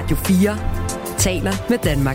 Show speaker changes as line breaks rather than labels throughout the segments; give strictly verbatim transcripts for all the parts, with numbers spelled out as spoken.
Radio fire taler med Danmark.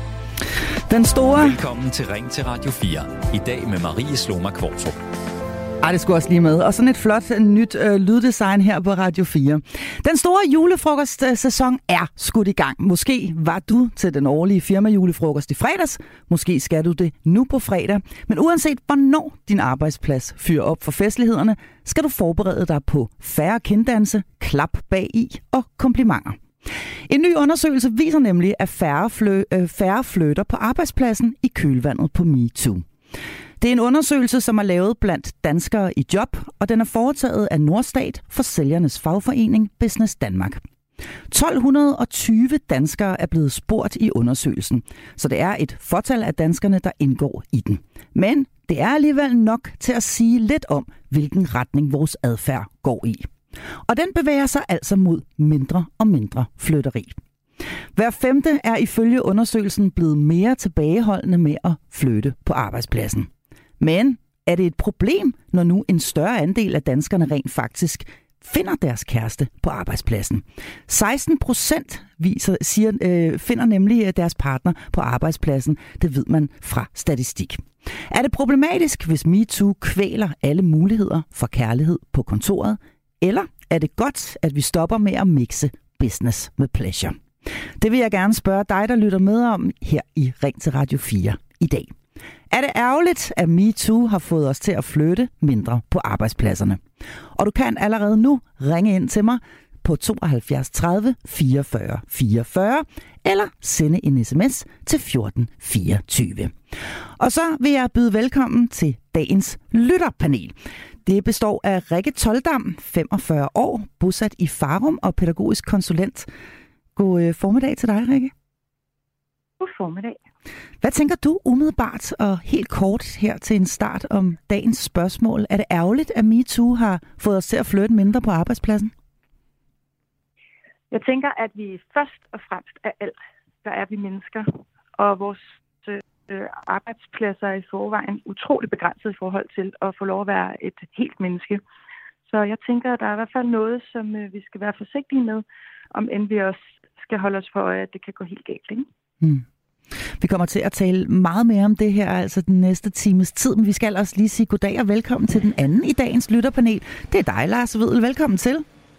Den store...
Velkommen til Ring til Radio fire. I dag med Marie Sloma Kvartrup.
Ej, det skulle også lige med. Og sådan et flot nyt øh, lyddesign her på Radio fire. Den store julefrokostsæson er skudt i gang. Måske var du til den årlige firma-julefrokost i fredags. Måske skal du det nu på fredag. Men uanset hvornår din arbejdsplads fyrer op for festlighederne, skal du forberede dig på færre kinddanse, klap bag i og komplimenter. En ny undersøgelse viser nemlig, at færre, flø, øh, færre flytter på arbejdspladsen i kølvandet på MeToo. Det er en undersøgelse, som er lavet blandt danskere i job, og den er foretaget af Nordstat for sælgernes fagforening Business Danmark. tolv tyve danskere er blevet spurgt i undersøgelsen, så det er et fåtal af danskerne, der indgår i den. Men det er alligevel nok til at sige lidt om, hvilken retning vores adfærd går i. Og den bevæger sig altså mod mindre og mindre flytteri. Hver femte er ifølge undersøgelsen blevet mere tilbageholdende med at flytte på arbejdspladsen. Men er det et problem, når nu en større andel af danskerne rent faktisk finder deres kæreste på arbejdspladsen? seksten procent viser, siger, øh, finder nemlig deres partner på arbejdspladsen. Det ved man fra statistik. Er det problematisk, hvis MeToo kvæler alle muligheder for kærlighed på kontoret? Eller er det godt, at vi stopper med at mixe business med pleasure? Det vil jeg gerne spørge dig, der lytter med om her i Ring til Radio fire i dag. Er det ærgerligt, at MeToo har fået os til at flytte mindre på arbejdspladserne? Og du kan allerede nu ringe ind til mig på tooghalvfjerds tredive fireogfyrre fireogfyrre eller sende en sms til fjorten fireogtyve. Og så vil jeg byde velkommen til dagens lytterpanel. Det består af Rikke Toldam, femogfyrre år, bosat i Farum og pædagogisk konsulent. God formiddag til dig, Rikke.
God formiddag.
Hvad tænker du umiddelbart og helt kort her til en start om dagens spørgsmål? Er det ærgerligt, at MeToo har fået os til at flytte mindre på arbejdspladsen?
Jeg tænker, at vi først og fremmest af alt, der er vi mennesker, og vores øh, arbejdspladser er i forvejen utrolig begrænset i forhold til at få lov at være et helt menneske. Så jeg tænker, at der er i hvert fald noget, som øh, vi skal være forsigtige med, om end vi også skal holde os for, at det kan gå helt galt, ikke?
Hmm. Vi kommer til at tale meget mere om det her, altså den næste times tid, men vi skal også lige sige goddag og velkommen til den anden i dagens lytterpanel. Det er dig, Lars Vedel. Velkommen til.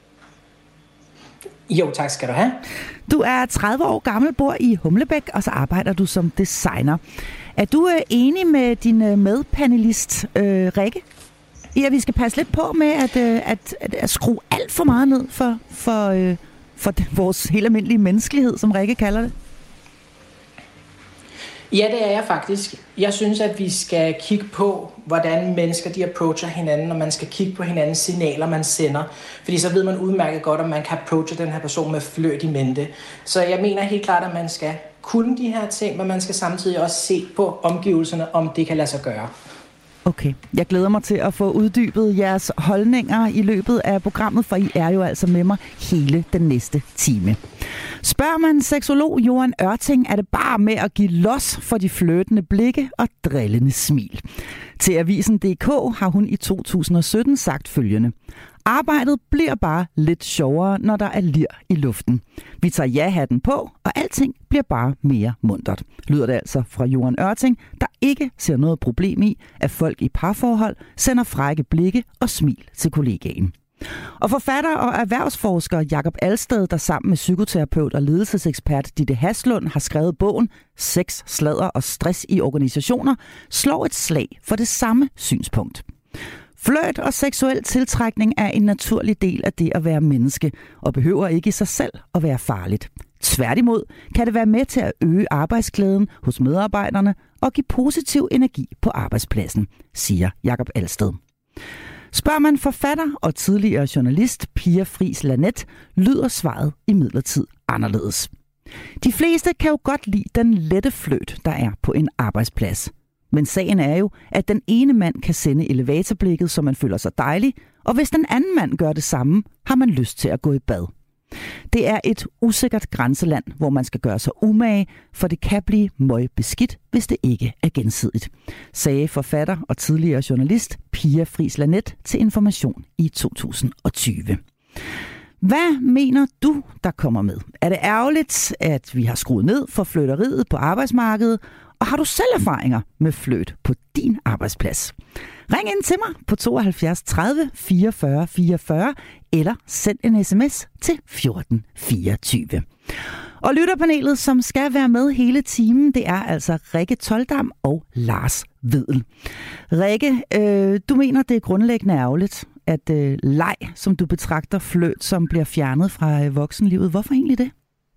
Jo, tak skal du have.
Du er tredive år gammel, bor i Humlebæk, og så arbejder du som designer. Er du øh, enig med din øh, medpanelist, øh, Rikke, i at vi skal passe lidt på med at, øh, at, at, at skrue alt for meget ned for, for, øh, for det, vores helt almindelige menneskelighed, som Rikke kalder det?
Ja, det er jeg faktisk. Jeg synes, at vi skal kigge på, hvordan mennesker de approacher hinanden, og man skal kigge på hinandens signaler, man sender. Fordi så ved man udmærket godt, om man kan approache den her person med flirt i mente. Så jeg mener helt klart, at man skal kunne de her ting, men man skal samtidig også se på omgivelserne, om det kan lade sig gøre.
Okay, jeg glæder mig til at få uddybet jeres holdninger i løbet af programmet, for I er jo altså med mig hele den næste time. Spørger man seksolog Johan Ørting, er det bare med at give los for de flirtende blikke og drillende smil. Til Avisen punktum d k har hun i to tusind og sytten sagt følgende: arbejdet bliver bare lidt sjovere, når der er lir i luften. Vi tager ja-hatten på, og alting bliver bare mere muntert. Lyder det altså fra Johan Ørting, der ikke ser noget problem i, at folk i parforhold sender frække blikke og smil til kollegaen. Og forfatter og erhvervsforsker Jakob Alsted, der sammen med psykoterapeut og ledelsesekspert Ditte Haslund har skrevet bogen Sex, sladder og stress i organisationer, slår et slag for det samme synspunkt. Flirt og seksuel tiltrækning er en naturlig del af det at være menneske, og behøver ikke i sig selv at være farligt. Tværtimod kan det være med til at øge arbejdsglæden hos medarbejderne og give positiv energi på arbejdspladsen, siger Jakob Alsted. Spørger man forfatter og tidligere journalist Pia Fris Lanet, lyder svaret imidlertid anderledes. De fleste kan jo godt lide den lette flirt, der er på en arbejdsplads. Men sagen er jo, at den ene mand kan sende elevatorblikket, så man føler sig dejlig, og hvis den anden mand gør det samme, har man lyst til at gå i bad. Det er et usikkert grænseland, hvor man skal gøre sig umage, for det kan blive møgbeskidt, hvis det ikke er gensidigt, sagde forfatter og tidligere journalist Pia Fris Lanet til Information i to tusind og tyve. Hvad mener du, der kommer med? Er det ærgerligt, at vi har skruet ned for flytteriet på arbejdsmarkedet? Og har du selv erfaringer med flyt på din arbejdsplads? Ring ind til mig på tooghalvfjerds tredive fireogfyrre fireogfyrre eller send en sms til fjorten fireogtyve. Og lytterpanelet, som skal være med hele timen, det er altså Rikke Toldam og Lars Vedel. Rikke, øh, du mener, det er grundlæggende ærgerligt, at øh, leg, som du betragter flirt, som bliver fjernet fra øh, voksenlivet. Hvorfor egentlig det?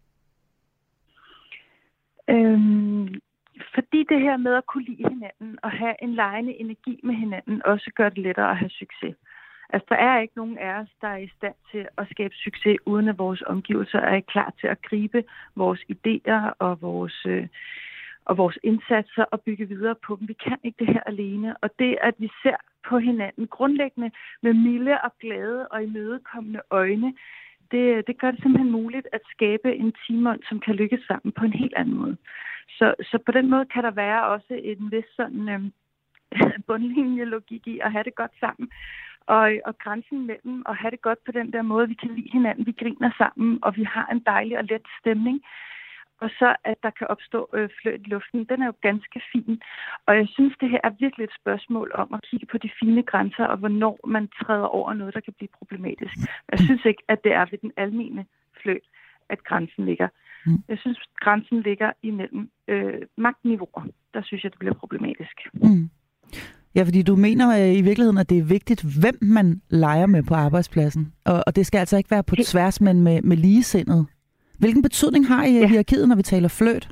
Øhm, fordi det her med at kunne lide hinanden og have en legende energi med hinanden også gør det lettere at have succes. Altså, der er ikke nogen af os, der er i stand til at skabe succes, uden at vores omgivelser er klar til at gribe vores idéer og vores, øh, og vores indsatser og bygge videre på dem. Vi kan ikke det her alene. Og det, at vi ser på hinanden grundlæggende med milde og glade og imødekommende øjne, det, det gør det simpelthen muligt at skabe en teamånd, som kan lykkes sammen på en helt anden måde. Så, så på den måde kan der være også en vis sådan øh, bundlinjelogik i at have det godt sammen. Og, og grænsen mellem at have det godt på den der måde, vi kan lide hinanden, vi griner sammen, og vi har en dejlig og let stemning. Og så, at der kan opstå øh, flirt i luften, den er jo ganske fin. Og jeg synes, det her er virkelig et spørgsmål om at kigge på de fine grænser, og hvornår man træder over noget, der kan blive problematisk. Jeg synes ikke, at det er ved den almene flirt, at grænsen ligger. Jeg synes, grænsen ligger imellem øh, magtniveauer. Der synes jeg, det bliver problematisk.
Mm. Ja, fordi du mener øh, i virkeligheden, at det er vigtigt, hvem man leger med på arbejdspladsen. Og, og det skal altså ikke være på tværs, men med, med ligesindet. Hvilken betydning har I ja. hierarkiet, når vi taler flirt?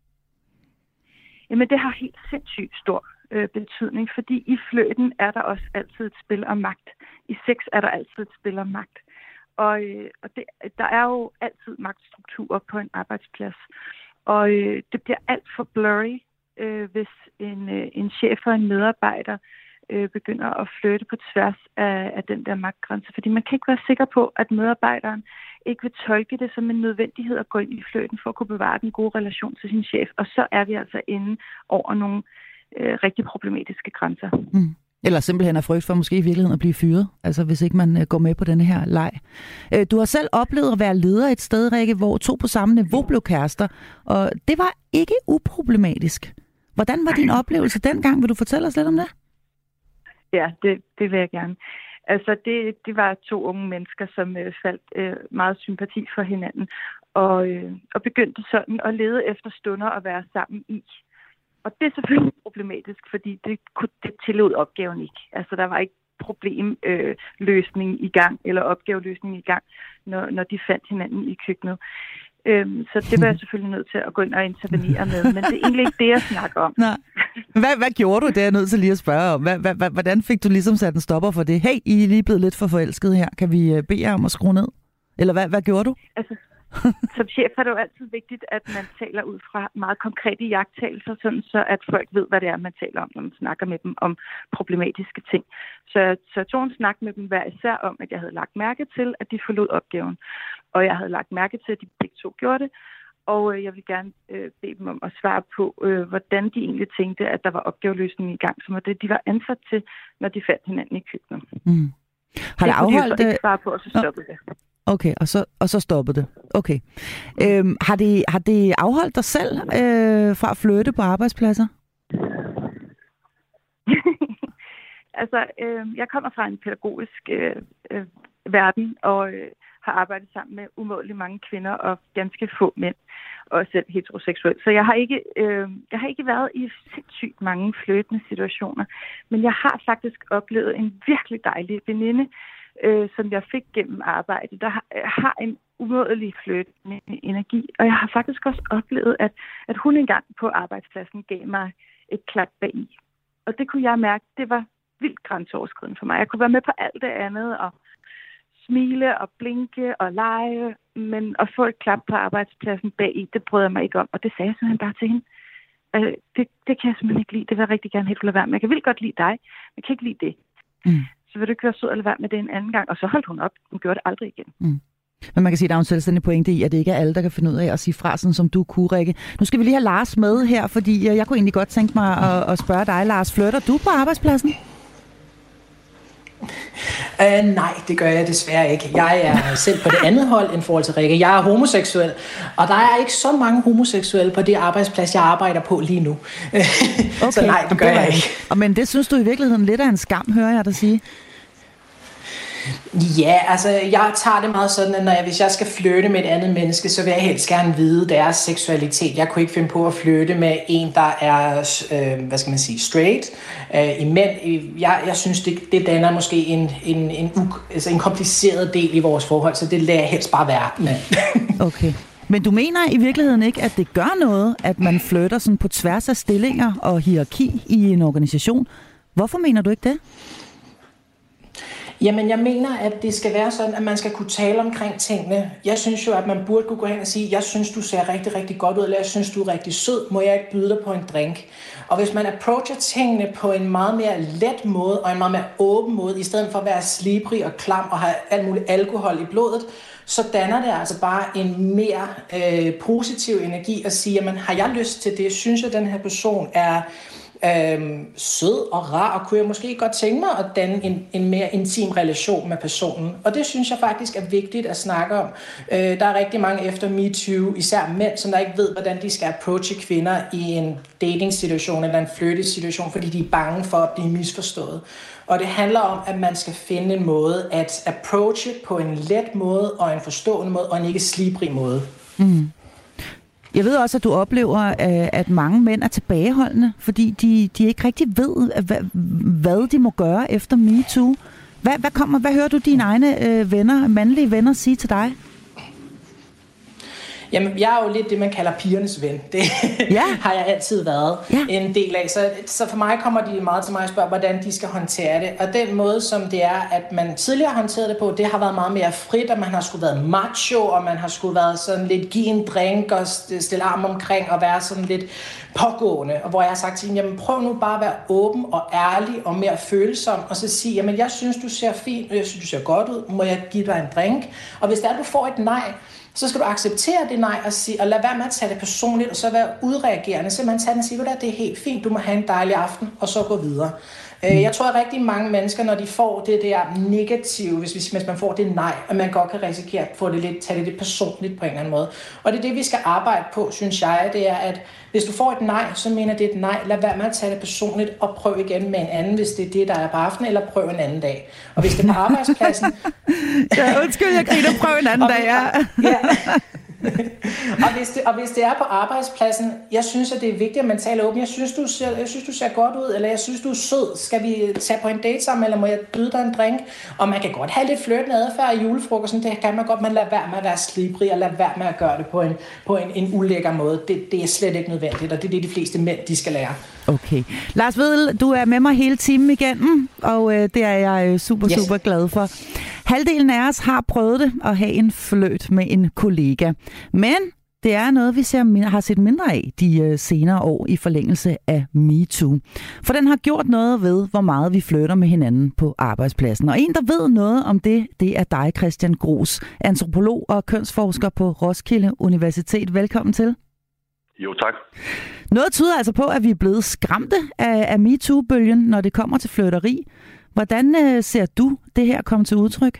Jamen, det har helt sindssygt stor øh, betydning, fordi i flirten er der også altid et spil om magt. I sex er der altid et spil om magt. Og, øh, og det, der er jo altid magtstrukturer på en arbejdsplads. Og øh, det bliver alt for blurry, øh, hvis en, øh, en chef og en medarbejder øh, begynder at flirte på tværs af, af den der magtgrænse. Fordi man kan ikke være sikker på, at medarbejderen ikke vil tolke det som en nødvendighed at gå ind i flirten for at kunne bevare den gode relation til sin chef. Og så er vi altså inde over nogle øh, rigtig problematiske grænser.
Mm. Eller simpelthen er frygt for måske i virkeligheden at blive fyret, altså hvis ikke man øh, går med på denne her leg. Øh, du har selv oplevet at være leder et sted, Rikke, hvor to på samme niveau blev kærester, og det var ikke uproblematisk. Hvordan var din oplevelse dengang? Vil du fortælle os lidt om det?
Ja, det, det vil jeg gerne. Altså, det, det var to unge mennesker, som øh, faldt øh, meget sympati for hinanden, og, øh, og begyndte sådan at lede efter stunder at være sammen i. Og det er selvfølgelig problematisk, fordi det, det tillod opgaven ikke. Altså, der var ikke problemløsning øh, i gang, eller opgaveløsning i gang, når, når de fandt hinanden i køkkenet. Øhm, så det var jeg selvfølgelig nødt til at gå ind og intervenere med, men det er egentlig ikke det, jeg snakker om.
Nej. Hvad, hvad gjorde du? Det er jeg nødt til lige at spørge om. Hvad, hvad, hvordan fik du ligesom sat en stopper for det? Hey, I er lige blevet lidt for forelsket her. Kan vi bede jer om at skrue ned? Eller hvad, hvad gjorde du?
Altså, som chef er det jo altid vigtigt, at man taler ud fra meget konkrete iagttagelser, sådan så at folk ved, hvad det er, man taler om, når man snakker med dem om problematiske ting. Så, så jeg tog en snak med dem hver især om, at jeg havde lagt mærke til, at de forlod opgaven. Og jeg havde lagt mærke til, at de begge to gjorde det. Og øh, jeg vil gerne øh, bede dem om at svare på, øh, hvordan de egentlig tænkte, at der var opgaveløsning i gang, som var det, de var ansat til, når de fandt hinanden i køkkenet. Mm.
Har det afholdt
det? Ikke svare på, og så stoppede det.
Okay, og så, og så stoppede det. Okay. Øhm, har, det, har det afholdt dig selv øh, fra at flytte på arbejdspladser?
altså, øh, jeg kommer fra en pædagogisk øh, øh, verden, og øh, har arbejdet sammen med umådeligt mange kvinder og ganske få mænd, og selv heteroseksuelle. Så jeg har ikke, øh, jeg har ikke været i sindssygt mange flirtende situationer, men jeg har faktisk oplevet en virkelig dejlig veninde, Øh, som jeg fik gennem arbejdet, der har, har en umådelig flirtende energi. Og jeg har faktisk også oplevet, at, at hun engang på arbejdspladsen gav mig et klap bagi. Og det kunne jeg mærke, det var vildt grænseoverskridende for mig. Jeg kunne være med på alt det andet, og smile og blinke og lege, men at få et klap på arbejdspladsen bagi, det brød jeg mig ikke om. Og det sagde jeg simpelthen bare til hende. Øh, det, det kan jeg simpelthen ikke lide. Det vil jeg rigtig gerne helt lade være med. Jeg kan vildt godt lide dig, men jeg kan ikke lide det. Mm. Så vil du ikke være sød eller være med det en anden gang. Og så holdt hun op. Hun gjorde det aldrig igen. Mm.
Men man kan sige, at der er en selvstændig pointe i, at det ikke er alle, der kan finde ud af at sige fra, sådan som du kunne, Rikke. Nu skal vi lige have Lars med her, fordi jeg kunne egentlig godt tænke mig at, at spørge dig, Lars. Flytter du på arbejdspladsen?
Uh, nej, det gør jeg desværre ikke. Jeg er selv på det andet hold end forhold til Rikke. Jeg er homoseksuel, og der er ikke så mange homoseksuelle på det arbejdsplads, jeg arbejder på lige nu. Okay. Så nej, det gør jeg ikke.
Men det synes du i virkeligheden lidt af en skam, hører jeg dig sige?
Ja, altså jeg tager det meget sådan, at når jeg, hvis jeg skal flytte med et andet menneske, så vil jeg helst gerne vide deres seksualitet. Jeg kunne ikke finde på at flytte med en, der er, øh, hvad skal man sige, straight. Øh, I mænd, jeg, jeg synes, det, det danner måske en, en, en, altså en kompliceret del i vores forhold, så det lader jeg helst bare være med.
Okay. Men du mener i virkeligheden ikke, at det gør noget, at man flytter sådan på tværs af stillinger og hierarki i en organisation? Hvorfor mener du ikke det?
Jamen, jeg mener, at det skal være sådan, at man skal kunne tale omkring tingene. Jeg synes jo, at man burde kunne gå hen og sige, jeg synes, du ser rigtig, rigtig godt ud, eller jeg synes, du er rigtig sød, må jeg ikke byde dig på en drink? Og hvis man approacher tingene på en meget mere let måde, og en meget mere åben måde, i stedet for at være slibrig og klam og have alt muligt alkohol i blodet, så danner det altså bare en mere øh, positiv energi at sige, jamen, har jeg lyst til det? Synes jeg, at den her person er Øhm, sød og rar, og kunne jeg måske godt tænke mig at danne en, en mere intim relation med personen. Og det synes jeg faktisk er vigtigt at snakke om. Øh, der er rigtig mange efter MeToo, især mænd, som der ikke ved, hvordan de skal approache kvinder i en dating-situation eller en flirte-situation, fordi de er bange for at blive misforstået. Og det handler om, at man skal finde en måde at approache på en let måde, og en forstående måde, og en ikke slibrig måde.
Mm. Jeg ved også, at du oplever, at mange mænd er tilbageholdende, fordi de, de ikke rigtig ved, hvad, hvad de må gøre efter MeToo. Hvad, hvad, kommer, hvad hører du dine egne øh, venner, mandlige venner sige til dig?
Jamen, jeg er jo lidt det, man kalder pigernes ven. Det ja. har jeg altid været ja. en del af. Så, så for mig kommer de meget til mig og spørger, hvordan de skal håndtere det. Og den måde, som det er, at man tidligere har håndteret det på, det har været meget mere frit, og man har skulle været macho, og man har skulle været sådan lidt give en drink og stille arm omkring og være sådan lidt pågående. Og hvor jeg har sagt til hende, jamen prøv nu bare at være åben og ærlig og mere følsom, og så sige, jamen jeg synes, du ser fint, og jeg synes, du ser godt ud, må jeg give dig en drink? Og hvis der er, du får et nej, så skal du acceptere det nej og, sige, og lade være med at tage det personligt, og så være udreagerende. Simpelthen tage den og sige, at det er helt fint, du må have en dejlig aften, og så gå videre. Jeg tror, at rigtig mange mennesker, når de får det der negative, hvis, hvis man får det nej, at man godt kan risikere at få det lidt, tage det lidt personligt på en eller anden måde. Og det er det, vi skal arbejde på, synes jeg, det er, at hvis du får et nej, så mener det et nej. Lad være med at tage det personligt, og prøv igen med en anden, hvis det er det, der er på aftenen, eller prøv en anden dag. Og hvis det er på arbejdspladsen...
ja, undskyld, jeg griner, prøv en anden dag, ja. ja.
og, hvis det, og hvis det er på arbejdspladsen, jeg synes, at det er vigtigt, at man taler åbent. Jeg synes, du ser, jeg synes, du ser godt ud, eller jeg synes, du er sød. Skal vi tage på en date sammen, eller må jeg byde dig en drink? Og man kan godt have lidt flirtende adfærd i julefrokosten, det kan man godt, men lad være med at være slibrig, og lad være med at gøre det på en, på en, en ulækker måde. Det, det er slet ikke nødvendigt, og det er det, de fleste mænd, de skal lære.
Okay. Lars Vedel, du er med mig hele timen igennem, og øh, det er jeg super, yes. super glad for. Halvdelen af os har prøvet det at have en fløjt med en kollega. Men det er noget, vi ser, har set mindre af de øh, senere år i forlængelse af MeToo. For den har gjort noget ved, hvor meget vi flytter med hinanden på arbejdspladsen. Og en, der ved noget om det, det er dig, Christian Gros, antropolog og kønsforsker på Roskilde Universitet. Velkommen til.
Jo, tak.
Noget tyder altså på, at vi er blevet skræmte af, af MeToo-bølgen, når det kommer til flirteri. Hvordan øh, ser du det her komme til udtryk?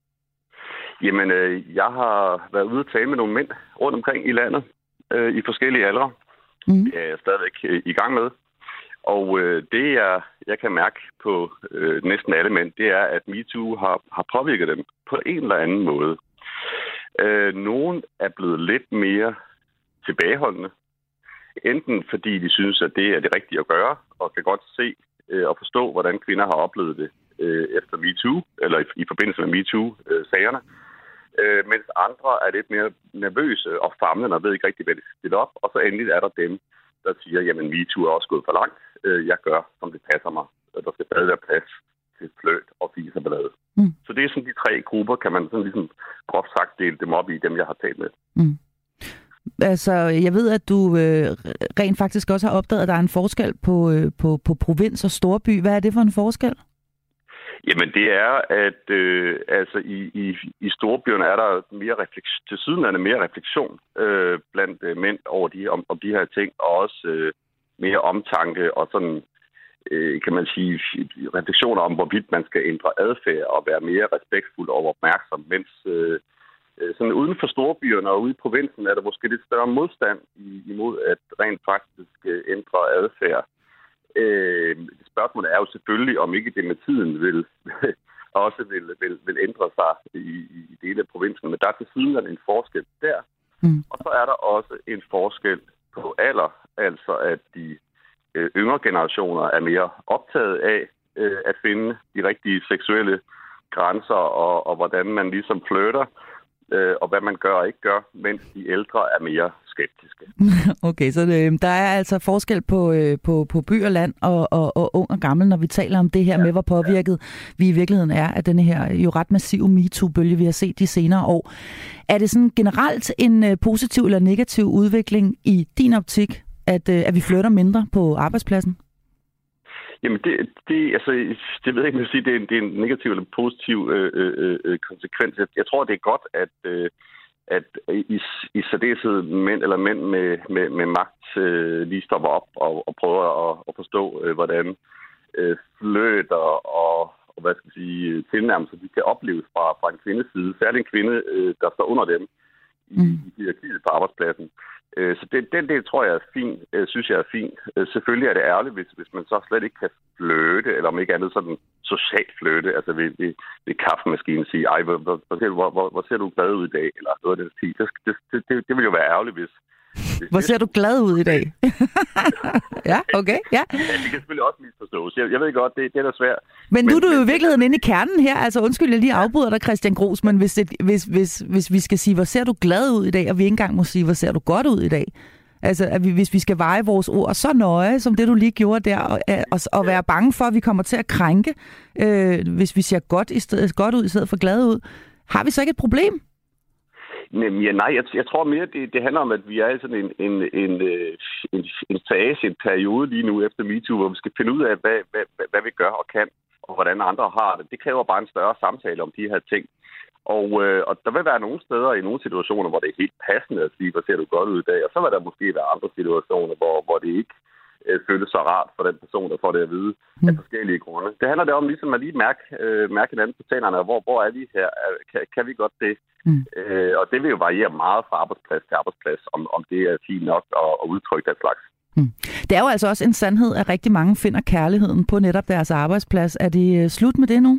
Jamen, øh, jeg har været ude at tale med nogle mænd rundt omkring i landet øh, i forskellige aldre. Mm. Det er jeg stadigvæk øh, i gang med. Og øh, det, jeg, jeg kan mærke på øh, næsten alle mænd, det er, at MeToo har, har påvirket dem på en eller anden måde. Øh, nogen er blevet lidt mere tilbageholdende. Enten fordi de synes, at det er det rigtige at gøre, og kan godt se og forstå, hvordan kvinder har oplevet det øh, efter MeToo, eller i, i forbindelse med MeToo-sagerne. Øh, mens andre er lidt mere nervøse og famlende og ved ikke rigtig, hvad de skal stille op. Og så endelig er der dem, der siger, jamen MeToo er også gået for langt. Øh, jeg gør, som det passer mig. Der skal stadig være plads til fløjt og fis og ballade. Mm. Så det er sådan de tre grupper, kan man sådan ligesom groft sagt dele dem op i, dem jeg har talt med. Mm.
Altså, jeg ved, at du øh, rent faktisk også har opdaget, at der er en forskel på, øh, på, på provins og storby. Hvad er det for en forskel?
Jamen, det er, at øh, altså, i, i, i storbyerne er der mere refleks- til siden er der mere refleksion øh, blandt øh, mænd over de, om, om de her ting, og også øh, mere omtanke og sådan øh, kan man sige, refleksioner om, hvorvidt man skal ændre adfærd og være mere respektfuld og opmærksom, mens øh, sådan uden for storbyerne og ude i provinsen er der måske lidt større modstand imod at rent faktisk ændre adfærd. Øh, spørgsmålet er jo selvfølgelig, om ikke det med tiden vil også vil, vil, vil ændre sig i, i dele af provinsen. Men der er til siden en forskel der. Mm. Og så er der også en forskel på alder. Altså at de øh, yngre generationer er mere optaget af øh, at finde de rigtige seksuelle grænser og, og hvordan man ligesom flirter. Og hvad man gør og ikke gør, mens de ældre er mere skeptiske.
Okay, så det, der er altså forskel på, på, på by og land og, og, og ung og gammel, når vi taler om det her ja, med, hvor påvirket ja. vi i virkeligheden er af denne her jo ret massive MeToo-bølge, vi har set de senere år. Er det sådan generelt en positiv eller negativ udvikling i din optik, at, at vi flytter mindre på arbejdspladsen?
Jamen, det, det, altså, det ved jeg ikke, om jeg sige, det er en, det er en negativ eller positiv øh, øh, konsekvens. Jeg tror, det er godt, at, øh, at i, i særdeleshed mænd eller mænd med, med, med magt øh, lige stopper op og, og prøver at, at forstå, øh, hvordan øh, fløter og, og hvad skal jeg sige, tilnærmelser de kan opleves fra, fra en kvindes side. Særligt en kvinde, øh, der står under dem i, mm. i hierarkiet på arbejdspladsen. Så det, den del tror jeg er fin, synes jeg er fin. Selvfølgelig er det ærgerligt, hvis, hvis man så slet ikke kan flirte, eller om ikke andet sådan socialt flirte, altså ved, ved, ved kaffemaskinen sige, ej, hvor, hvor, hvor, hvor, hvor ser du glad ud i dag, eller noget af den stil. Det, det, det, det vil jo være ærgerligt, hvis... hvis
hvor ser du glad ud i dag? Ja, okay, ja.
Ja, det kan selvfølgelig også misforstås. Jeg, jeg ved godt, det, det er da svært.
Men nu men, er du jo i virkeligheden inde i kernen her. Altså undskyld, jeg lige afbryder dig, Christian Gros, men hvis, det, hvis, hvis, hvis vi skal sige, hvor ser du glad ud i dag, og vi ikke engang må sige, hvor ser du godt ud i dag, altså at vi, hvis vi skal veje vores ord så nøje, som det du lige gjorde der, og, og, og være bange for, at vi kommer til at krænke, øh, hvis vi ser godt, i stedet, godt ud i stedet for glad ud, har vi så ikke et problem?
Ja, nej, jeg, jeg tror mere, det, det handler om, at vi er i sådan en, en, en, en, en fase, en periode lige nu efter MeToo, hvor vi skal finde ud af, hvad, hvad, hvad vi gør og kan, og hvordan andre har det. Det kræver bare en større samtale om de her ting. Og, øh, og der vil være nogle steder i nogle situationer, hvor det er helt passende at sige, hvor ser du godt ud i dag, og så vil der måske være andre situationer, hvor, hvor det ikke øh, føles så rart for den person, der får det at vide mm. af forskellige grunde. Det handler det om ligesom at lige mærke, øh, mærke hinanden på tænderne, og hvor, hvor er vi her? Kan, kan vi godt det? Mm. Øh, og det vil jo variere meget fra arbejdsplads til arbejdsplads, om, om det er fint nok at, at udtrykke den slags.
Mm. Det er jo altså også en sandhed, at rigtig mange finder kærligheden på netop deres arbejdsplads. Er det øh, slut med det nu?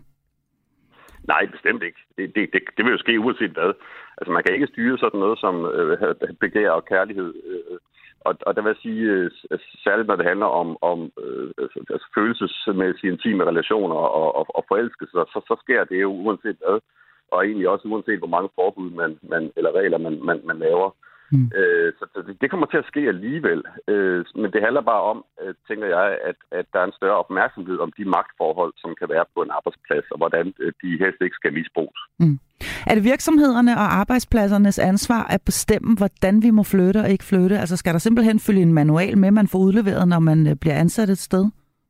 Nej, bestemt ikke. Det, det, det, det vil jo ske uanset hvad. Altså man kan ikke styre sådan noget som øh, begær og kærlighed. Øh, og, og der vil jeg sige, øh, særligt når det handler om, om øh, altså, følelsesmæssige intime relationer og, og, og forelskelse, så, så sker det jo uanset hvad. Og egentlig også uanset hvor mange forbud man, man, eller regler man, man, man laver. Mm. Øh, så det, det kommer til at ske alligevel. Øh, men det handler bare om, øh, tænker jeg, at, at der er en større opmærksomhed om de magtforhold, som kan være på en arbejdsplads, og hvordan øh, de helst ikke skal misbruges. Mm.
Er det virksomhederne og arbejdspladsernes ansvar at bestemme, hvordan vi må flytte og ikke flytte? Altså skal der simpelthen følge en manual med, man får udleveret, når man bliver ansat et sted?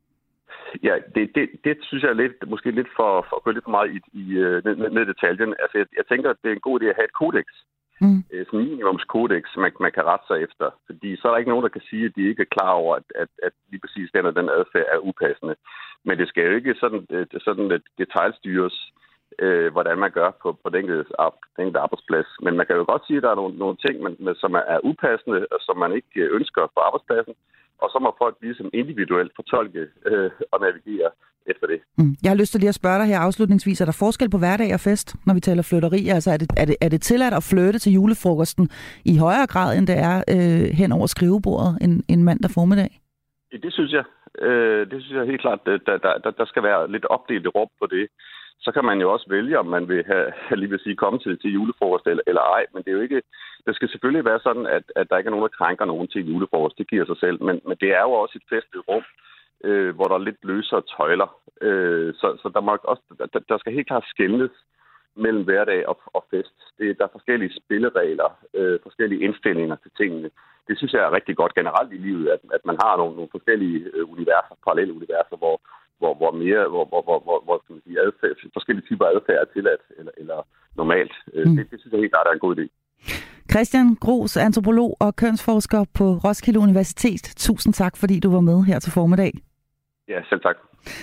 Ja, det, det, det synes jeg er lidt, måske lidt for, for at gå lidt for meget i, i, ned, ned i detaljen. Altså jeg, jeg tænker, at det er en god idé at have et kodex. Mm. Sådan en minimumskodex, man, man kan rette sig efter. Fordi så er der ikke nogen, der kan sige, at de ikke er klar over, at, at, at lige præcis den og den adfærd er upassende. Men det skal jo ikke sådan, sådan detaljstyres, øh, hvordan man gør på, på den enkelte arbejdsplads. Men man kan jo godt sige, at der er nogle, nogle ting, man, som er upassende, og som man ikke ønsker på arbejdspladsen. Og så må folk ligesom individuelt fortolke øh, og navigere efter det. Mm.
Jeg har lyst til lige at spørge dig her afslutningsvis. Er der forskel på hverdag og fest, når vi taler flytteri? Altså er det, er det, er det tilladt at flytte til julefrokosten i højere grad, end det er øh, hen over skrivebordet en, en mandag formiddag?
Det synes jeg. Øh, det synes jeg helt klart. Der, der, der skal være lidt opdelt rum på det. Så kan man jo også vælge, om man vil have, lige vil sige, komme til, til julefrokost eller, eller ej. Men det er jo ikke. Det skal selvfølgelig være sådan, at, at der ikke er nogen, der krænker nogen til julefrokost. Det giver sig selv. Men, men det er jo også et festligt rum, øh, hvor der er lidt løsere tøjler. Øh, så, så der må også, der, der skal helt klart skelnes mellem hverdag og, og fest. Det, der er forskellige spilleregler, øh, forskellige indstillinger til tingene. Det synes jeg er rigtig godt generelt i livet, at, at man har nogle, nogle forskellige øh, universer, parallelle universer, hvor hvor hvor mere hvor hvor hvor hvor, hvor skal man sige, adfærd, forskellige typer adfærd er tilladt eller eller normalt. Mm. Det, det synes jeg helt klart er en god idé.
Christian Gros, antropolog og kønsforsker på Roskilde Universitet. Tusind tak, fordi du var med her til formiddag.
Ja, selv tak.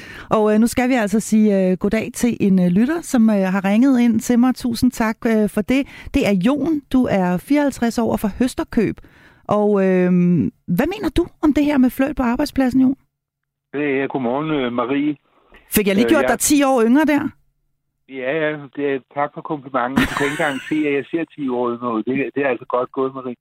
Og øh, nu skal vi altså sige øh, goddag til en øh, lytter, som øh, har ringet ind til mig. Tusind tak øh, for det. Det er Jon. Du er fireoghalvtreds år fra Høsterkøb. Og øh, hvad mener du om det her med flirt på arbejdspladsen, Jon?
Ja, godmorgen, Marie.
Fik jeg lige gjort øh, jeg... dig ti år yngre der?
Ja, ja. Det er, tak for komplimenten. Du kan ikke engang se, at jeg ser ti år yngre. Det, det er altså godt gået, Marie.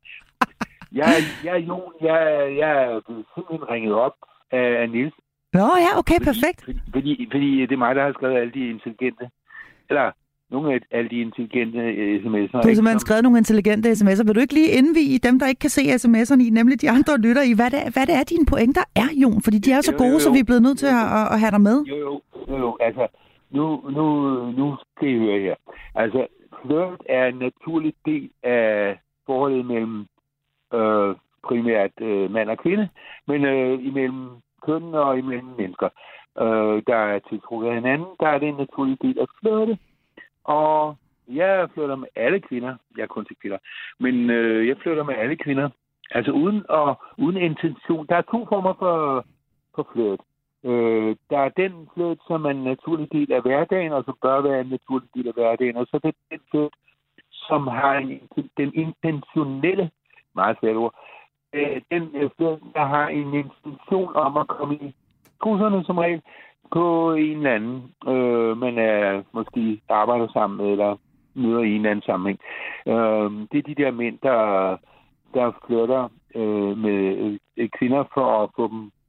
Jeg, jeg er Jon. Jeg, jeg er simpelthen ringet op af Niels.
Nå ja, okay, perfekt.
Fordi, fordi, fordi det er mig, der har skrevet alle de intelligente, eller nogle af alle de intelligente sms'er.
Du har simpelthen skrevet nogle intelligente sms'er. Vil du ikke lige indvie dem, der ikke kan se sms'erne i, nemlig de andre lytter i, hvad det, er, hvad det er, dine pointer er, Jon? Fordi de er så gode, jo, jo, jo. Så vi er blevet nødt til at, at, at have dig med.
Jo, jo, jo, jo. Altså, nu, nu, nu skal I høre her. Altså, flirt er en naturlig del af forholdet mellem øh, primært øh, mand og kvinde, men øh, imellem køn og imellem mennesker, øh, der er tiltrukket af hinanden, der er det en naturlig del at flirte. Og jeg flirter med alle kvinder. Jeg er kun til kvinder. Men øh, jeg flirter med alle kvinder. Altså uden, og, uden intention. Der er to former for, for flirt. Øh, der er den flirt, som er en naturlig del af hverdagen, og som bør være en naturlig del af hverdagen. Og så er det den flirt, som har en, den intentionelle, meget svært ord, øh, den flirt, der har en intention om at komme i trusserne som regel, på en eller anden, øh, man er måske arbejder sammen med, eller møder i en eller anden sammenhæng. Øh, det er de der mænd, der, der flirter øh, med øh, kvinder for at få dem,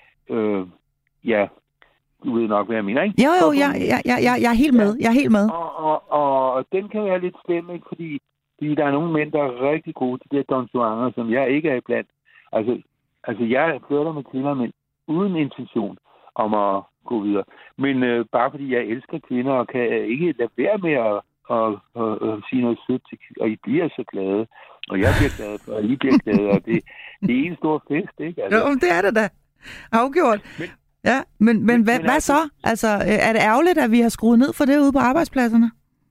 øh, ja, du ved nok, hvad jeg mener, ikke?
Jo, jo, jeg, jeg, jeg, jeg, jeg er helt med, jeg er helt med.
Og, og, og, og den kan være lidt slem, ikke? Fordi, fordi der er nogle mænd, der er rigtig gode til de der Don Juaner, som jeg ikke er iblandt. Altså, altså jeg flirter med kvinder, men uden intention om at gå videre. Men øh, bare fordi jeg elsker kvinder, og kan ikke lade være med at, at, at, at sige noget sødt til, og I bliver så glade, og jeg bliver glad, og I bliver glade, og det, det er en stor fest, ikke? Altså,
jo, det er det da. Afgjort. Men, ja, men, men, men hvad, men hvad altså, så? Altså, er det ærgerligt, at vi har skruet ned for det ude på arbejdspladserne?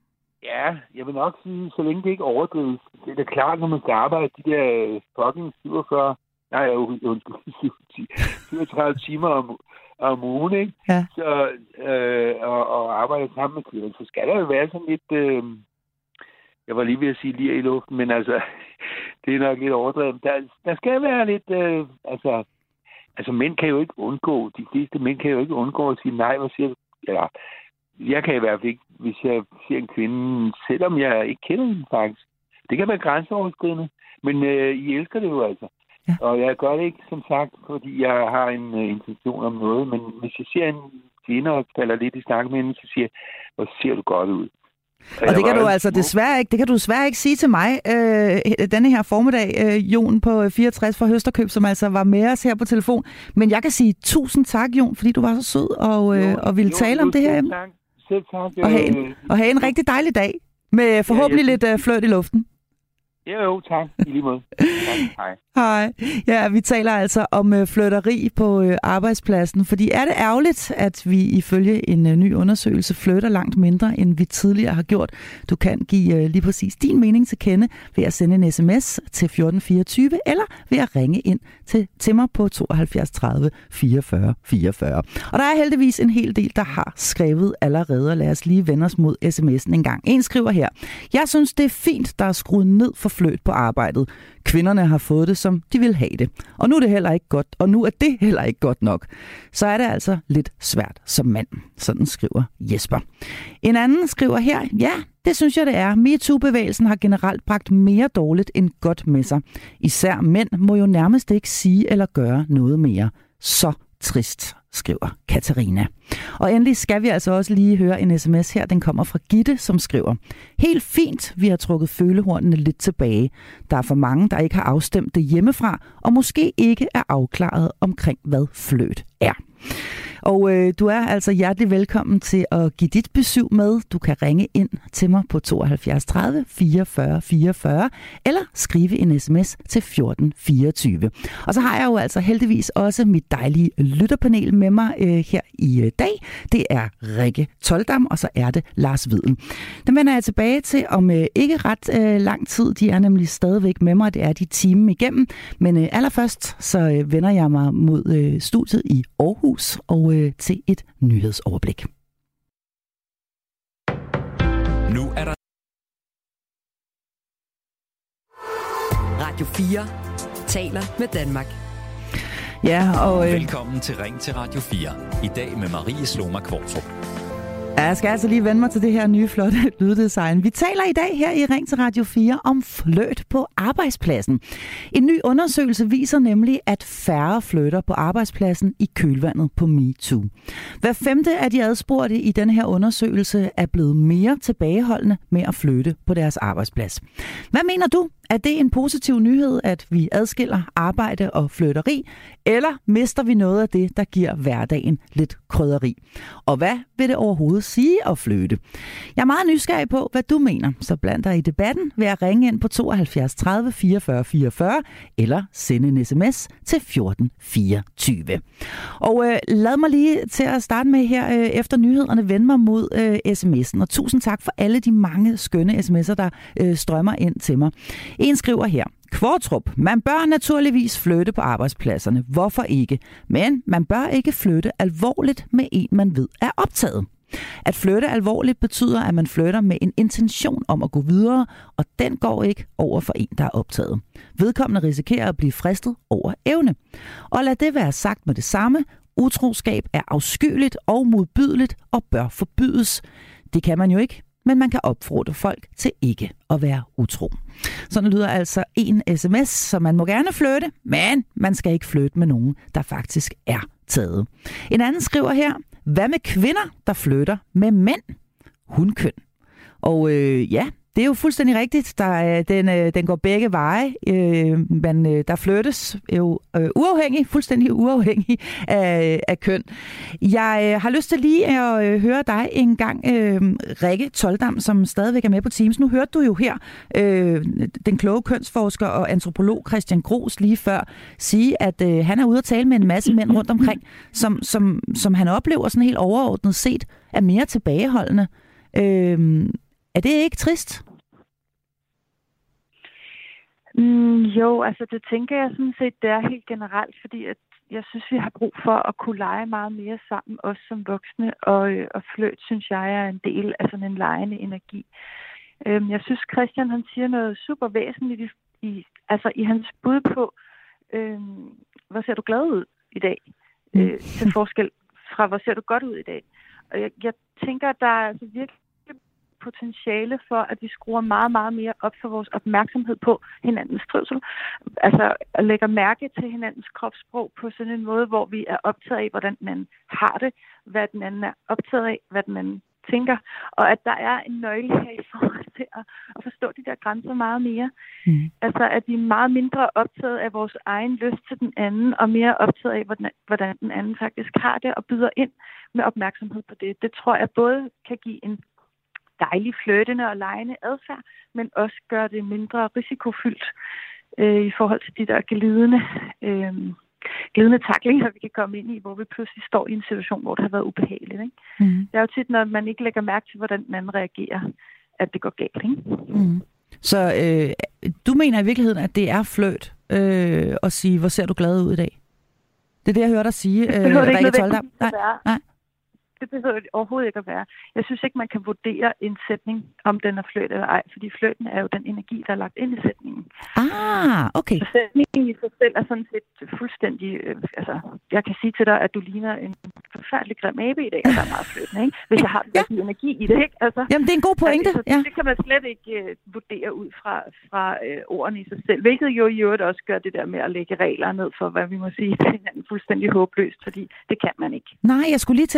Ja, jeg vil nok sige, så længe det ikke overdrives. Det er da klart, når man skal arbejde de der fucking syvogfyrre, nej, undskyld, syvogtredive timer om om ugen, ikke?
Ja.
Så, øh, og, og arbejde sammen med kvinder, så skal der jo være sådan lidt, øh, jeg var lige ved at sige lige i luften, men altså, det er nok lidt overdrevet. Der, der skal være lidt, øh, altså, altså mænd kan jo ikke undgå, de fleste mænd kan jo ikke undgå at sige nej, hvad siger du? Eller, jeg kan i hvert fald ikke, hvis jeg ser en kvinde, selvom jeg ikke kender hende faktisk. Det kan være grænseoverskridende, men øh, I elsker det jo altså. Ja. Og jeg gør det ikke, som sagt, fordi jeg har en uh, intention om noget, men hvis jeg ser en kvinde og falder lidt i snak med hende, så siger jeg, hvor ser du godt ud.
Og, og det kan du altså desværre ikke, det kan du desværre ikke sige til mig, øh, denne her formiddag, øh, Jon på fireogtres fra Høsterkøb, som altså var med os her på telefon. Men jeg kan sige tusind tak, Jon, fordi du var så sød og, øh, og ville jo, tale om det her emne.
Tak. Selv tak.
Og have en, og have en rigtig dejlig dag, med forhåbentlig ja, lidt uh, flirt i luften.
Ja, jo, tak. I lige måde. Tak. Hej.
Hej. Ja, vi taler altså om øh, flirteri på øh, arbejdspladsen, fordi er det ærgerligt, at vi ifølge en øh, ny undersøgelse flirter langt mindre, end vi tidligere har gjort. Du kan give øh, lige præcis din mening til kende ved at sende en sms til fjorten fireogtyve, eller ved at ringe ind til, til mig på tooghalvfjerds tredive fireogfyrre fireogfyrre. Og der er heldigvis en hel del, der har skrevet allerede, og lad os lige vende os mod sms'en en gang. En skriver her: Jeg synes, det er fint, der er skruet ned for flirt på arbejdet. Kvinderne har fået det, som de vil have det. Og nu er det heller ikke godt, og nu er det heller ikke godt nok. Så er det altså lidt svært som mand. Sådan skriver Jesper. En anden skriver her: Ja, det synes jeg, det er. MeToo-bevægelsen har generelt bragt mere dårligt end godt med sig. Især mænd må jo nærmest ikke sige eller gøre noget mere. Så trist, skriver Katarina. Og endelig skal vi altså også lige høre en sms her. Den kommer fra Gitte, som skriver: Helt fint, vi har trukket følehornene lidt tilbage. Der er for mange, der ikke har afstemt det hjemmefra, og måske ikke er afklaret omkring, hvad flirt er. Og øh, du er altså hjertelig velkommen til at give dit besøg med. Du kan ringe ind til mig på tooghalvfjerds tredive fireogfyrre fireogfyrre eller skrive en sms til fjorten fireogtyve. Og så har jeg jo altså heldigvis også mit dejlige lytterpanel med mig øh, her i øh, dag. Det er Rikke Toldam, og så er det Lars Hvidel. Dem vender jeg tilbage til om øh, ikke ret øh, lang tid. De er nemlig stadigvæk med mig. Det er de timen igennem. Men øh, allerførst så øh, vender jeg mig mod øh, studiet i Aarhus og øh, til et nyhedsoverblik.
Nu er der
Radio fire taler med Danmark.
Ja, og... Øh...
Velkommen til Ring til Radio fire. I dag med Marie Sloma Kvartrup.
Jeg skal altså lige vende mig til det her nye, flotte lyddesign. Vi taler i dag her i Ring til Radio fire om flirt på arbejdspladsen. En ny undersøgelse viser nemlig, at færre flirter på arbejdspladsen i kølvandet på MeToo. Hver femte af de adspurgte i den her undersøgelse er blevet mere tilbageholdende med at flirte på deres arbejdsplads. Hvad mener du? Er det en positiv nyhed, at vi adskiller arbejde og flirteri, eller mister vi noget af det, der giver hverdagen lidt krydderi? Og hvad vil det overhovedet sige at flirte? Jeg er meget nysgerrig på, hvad du mener, så bland dig i debatten ved at ringe ind på tooghalvfjerds tredive fireogfyrre fireogfyrre eller sende en sms til fjorten fireogtyve. Og øh, lad mig lige til at starte med her øh, efter nyhederne vende mig mod øh, sms'en. Og tusind tak for alle de mange skønne sms'er, der øh, strømmer ind til mig. En skriver her: Kvartrup, man bør naturligvis flytte på arbejdspladserne. Hvorfor ikke? Men man bør ikke flytte alvorligt med en, man ved er optaget. At flytte alvorligt betyder, at man flytter med en intention om at gå videre, og den går ikke over for en, der er optaget. Vedkommende risikerer at blive fristet over evne. Og lad det være sagt med det samme. Utroskab er afskyeligt og modbydeligt og bør forbydes. Det kan man jo ikke, men man kan opfordre folk til ikke at være utro. Sådan lyder altså en sms, så man må gerne flytte, men man skal ikke flytte med nogen, der faktisk er taget. En anden skriver her: hvad med kvinder, der flytter med mænd? Hunkøn. Og øh, ja, det er jo fuldstændig rigtigt. Der, den, øh, den går begge veje. Øh, men øh, der flyttes jo øh, uafhængig, fuldstændig uafhængig af, af køn. Jeg øh, har lyst til lige at øh, høre dig en gang, øh, Rikke Toldam, som stadigvæk er med på Teams. Nu hørte du jo her øh, den kloge kønsforsker og antropolog Christian Gros lige før sige, at øh, han er ude at tale med en masse mænd rundt omkring, som, som, som han oplever sådan helt overordnet set er mere tilbageholdende. Øh, Er det ikke trist?
Mm, jo, altså det tænker jeg sådan set, det er helt generelt, fordi at jeg synes, vi har brug for at kunne lege meget mere sammen, også som voksne, og, og flirt, synes jeg, er en del af sådan en legende energi. Øhm, jeg synes, Christian, han siger noget super væsentligt i, i, altså i hans bud på, øhm, hvor ser du glad ud i dag, øh, til forskel fra, hvor ser du godt ud i dag. Og jeg, jeg tænker, at der er altså virkelig potentiale for, at vi skruer meget, meget mere op for vores opmærksomhed på hinandens trivsel. Altså at lægge mærke til hinandens kropssprog på sådan en måde, hvor vi er optaget af, hvordan den anden har det, hvad den anden er optaget af, hvad den anden tænker, og at der er en nøgle her i forhold til at, at forstå de der grænser meget mere. Mm. Altså at vi er meget mindre optaget af vores egen lyst til den anden, og mere optaget af, hvordan, hvordan den anden faktisk har det, og byder ind med opmærksomhed på det. Det tror jeg både kan give en dejlig flirtende og legende adfærd, men også gør det mindre risikofyldt øh, i forhold til de der glidende, øh, glidende taklinger, vi kan komme ind i, hvor vi pludselig står i en situation, hvor det har været ubehageligt. Ikke? Mm. Det er jo tit, når man ikke lægger mærke til, hvordan den anden reagerer, at det går galt. Ikke?
Mm. Så øh, du mener i virkeligheden, at det er flirt øh, at sige, hvor ser du glad ud i dag? Det er det, jeg hører dig sige, øh, Rikke Toldam. Nej, nej.
Det behøver det overhovedet ikke at være. Jeg synes ikke, man kan vurdere en sætning, om den er flirt eller ej, fordi flirten er jo den energi, der er lagt ind i sætningen.
Ah, okay.
Så sætningen i sig selv er sådan set fuldstændig... Øh, altså, jeg kan sige til dig, at du ligner en forfærdelig grim abe i dag, og der er meget flirten, ikke? Hvis jeg har den ja. energi i det, ikke? Altså,
jamen, det er en god pointe.
Altså, ja. Det kan man slet ikke øh, vurdere ud fra, fra øh, ordene i sig selv, hvilket jo i øvrigt også gør det der med at lægge regler ned for, hvad vi må sige til hinanden fuldstændig håbløst, fordi det kan man ikke.
Nej, jeg skulle lige til at sige det, fordi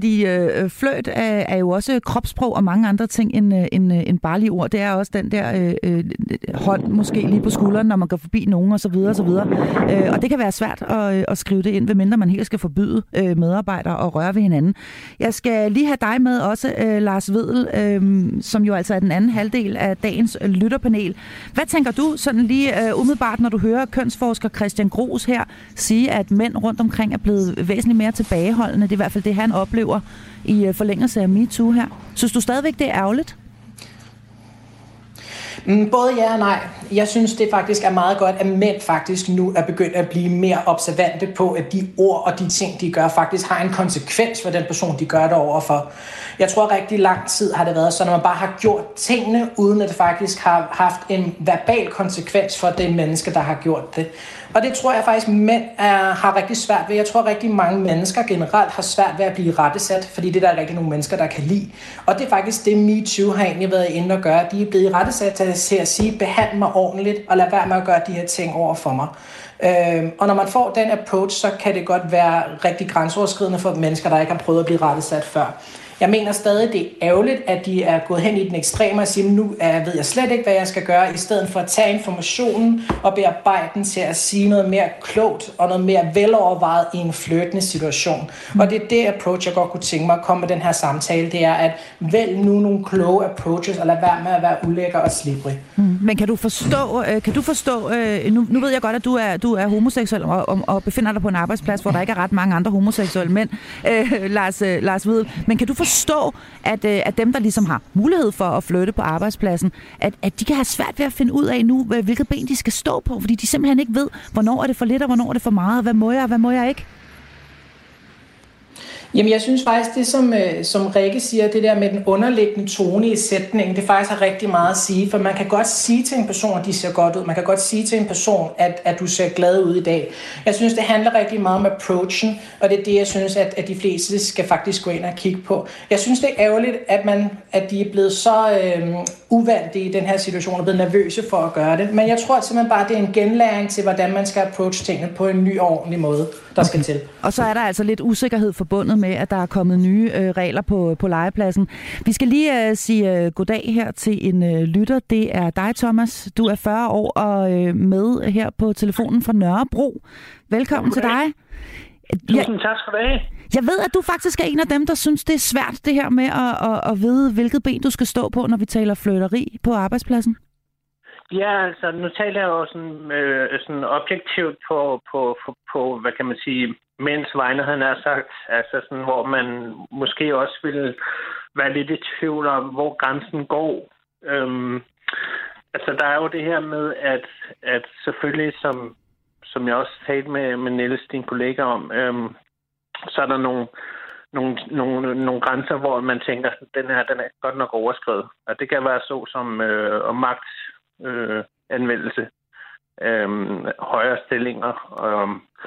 fordi øh, fløjt er, er jo også kropssprog og mange andre ting end, end, end bare lige ord. Det er også den der øh, hånd måske lige på skulderen, når man går forbi nogen osv. osv. Øh, og det kan være svært at, at skrive det ind, medmindre man helt skal forbyde øh, medarbejdere at røre ved hinanden. Jeg skal lige have dig med også, øh, Lars Vedel, øh, som jo altså er den anden halvdel af dagens lytterpanel. Hvad tænker du sådan lige øh, umiddelbart, når du hører kønsforsker Christian Gros her sige, at mænd rundt omkring er blevet væsentligt mere tilbageholdende? Det er i hvert fald det, han oplever i øh, forlængelse af MeToo her. Synes du stadigvæk, det er ærgerligt?
Både ja og nej. Jeg synes, det faktisk er meget godt, at mænd faktisk nu er begyndt at blive mere observante på, at de ord og de ting, de gør, faktisk har en konsekvens for den person, de gør det overfor. Jeg tror, rigtig lang tid har det været sådan, at man bare har gjort tingene, uden at det faktisk har haft en verbal konsekvens for den menneske, der har gjort det. Og det tror jeg faktisk, mænd er, har rigtig svært ved. Jeg tror, rigtig mange mennesker generelt har svært ved at blive rettesat, fordi det der er rigtig nogle mennesker, der kan lide. Og det er faktisk det, MeToo har egentlig været inde og gøre. De er blevet rettesat til at sige, behandle mig ordentligt, og lad være med at gøre de her ting over for mig. Øhm, og når man får den approach, så kan det godt være rigtig grænseoverskridende for mennesker, der ikke har prøvet at blive rettesat før. Jeg mener stadig, det er ærgerligt, at de er gået hen i den ekstreme og siger, nu er, ved jeg slet ikke, hvad jeg skal gøre, i stedet for at tage informationen og bearbejde den til at sige noget mere klogt og noget mere velovervejet i en flirtende situation. Mm. Og det er det approach, jeg godt kunne tænke mig at komme med den her samtale, det er at vælg nu nogle kloge approaches og lad være med at være ulækker og slibrig. Mm.
Men kan du forstå, kan du forstå nu, nu ved jeg godt, at du er, du er homoseksuel og, og, og befinder dig på en arbejdsplads, hvor der ikke er ret mange andre homoseksuelle mænd, øh, Lars, øh, Lars Vedel, men kan du forstå, at, at dem, der ligesom har mulighed for at flytte på arbejdspladsen, at, at de kan have svært ved at finde ud af nu, hvilket ben de skal stå på, fordi de simpelthen ikke ved, hvornår er det for lidt, og hvornår er det for meget, og hvad må jeg, og hvad må jeg ikke?
Jamen, jeg synes faktisk, det som, øh, som Rikke siger, det der med den underliggende tone i sætningen, det faktisk har rigtig meget at sige, for man kan godt sige til en person, at de ser godt ud. Man kan godt sige til en person, at, at du ser glad ud i dag. Jeg synes, det handler rigtig meget om approachen, og det er det, jeg synes, at, at de fleste skal faktisk gå ind og kigge på. Jeg synes, det er ærgerligt, at, man, at de er blevet så øh, uvante i den her situation og blevet nervøse for at gøre det. Men jeg tror at simpelthen bare, det er en genlæring til, hvordan man skal approach tingene på en ny og ordentlig måde, der okay. skal til.
Og så er der altså lidt usikkerhed forbundet med, at der er kommet nye øh, regler på, på legepladsen. Vi skal lige øh, sige øh, goddag her til en øh, lytter. Det er dig, Thomas. Du er fyrre år og øh, med her på telefonen fra Nørrebro. Velkommen goddag. Til dig.
Tusind tak skal du have.
Jeg ved, at du faktisk er en af dem, der synes, det er svært det her med at, at, at vide, hvilket ben du skal stå på, når vi taler flirteri på arbejdspladsen.
Ja, altså nu taler jeg jo sådan, øh, sådan objektivt på, på, på, på, hvad kan man sige, mænds vegne, han har sagt, altså sådan, hvor man måske også vil være lidt i tvivl om, hvor grænsen går. Øhm, altså der er jo det her med, at, at selvfølgelig, som, som jeg også talte med, med Niels, din kollega om, øhm, så er der nogle, nogle, nogle, nogle grænser, hvor man tænker, at den her den er godt nok overskredet. Og det kan være så som øh, om magt, øh, anvendelse, øh, højere stillinger, øh,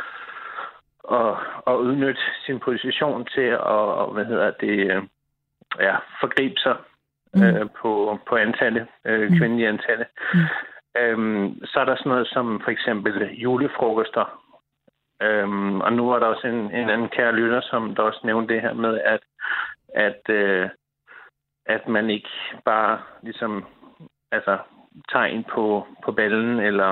og, og udnytte sin position til at, hvad hedder det, ja, forgribe sig øh, mm. på, på antallet, øh, kvindelige antallet. Mm. Øhm, så er der sådan noget som for eksempel julefrokoster. Øhm, og nu er der også en, en anden kære lytter, som der også nævnte det her med, at, at, øh, at man ikke bare ligesom altså tager ind på, på ballen eller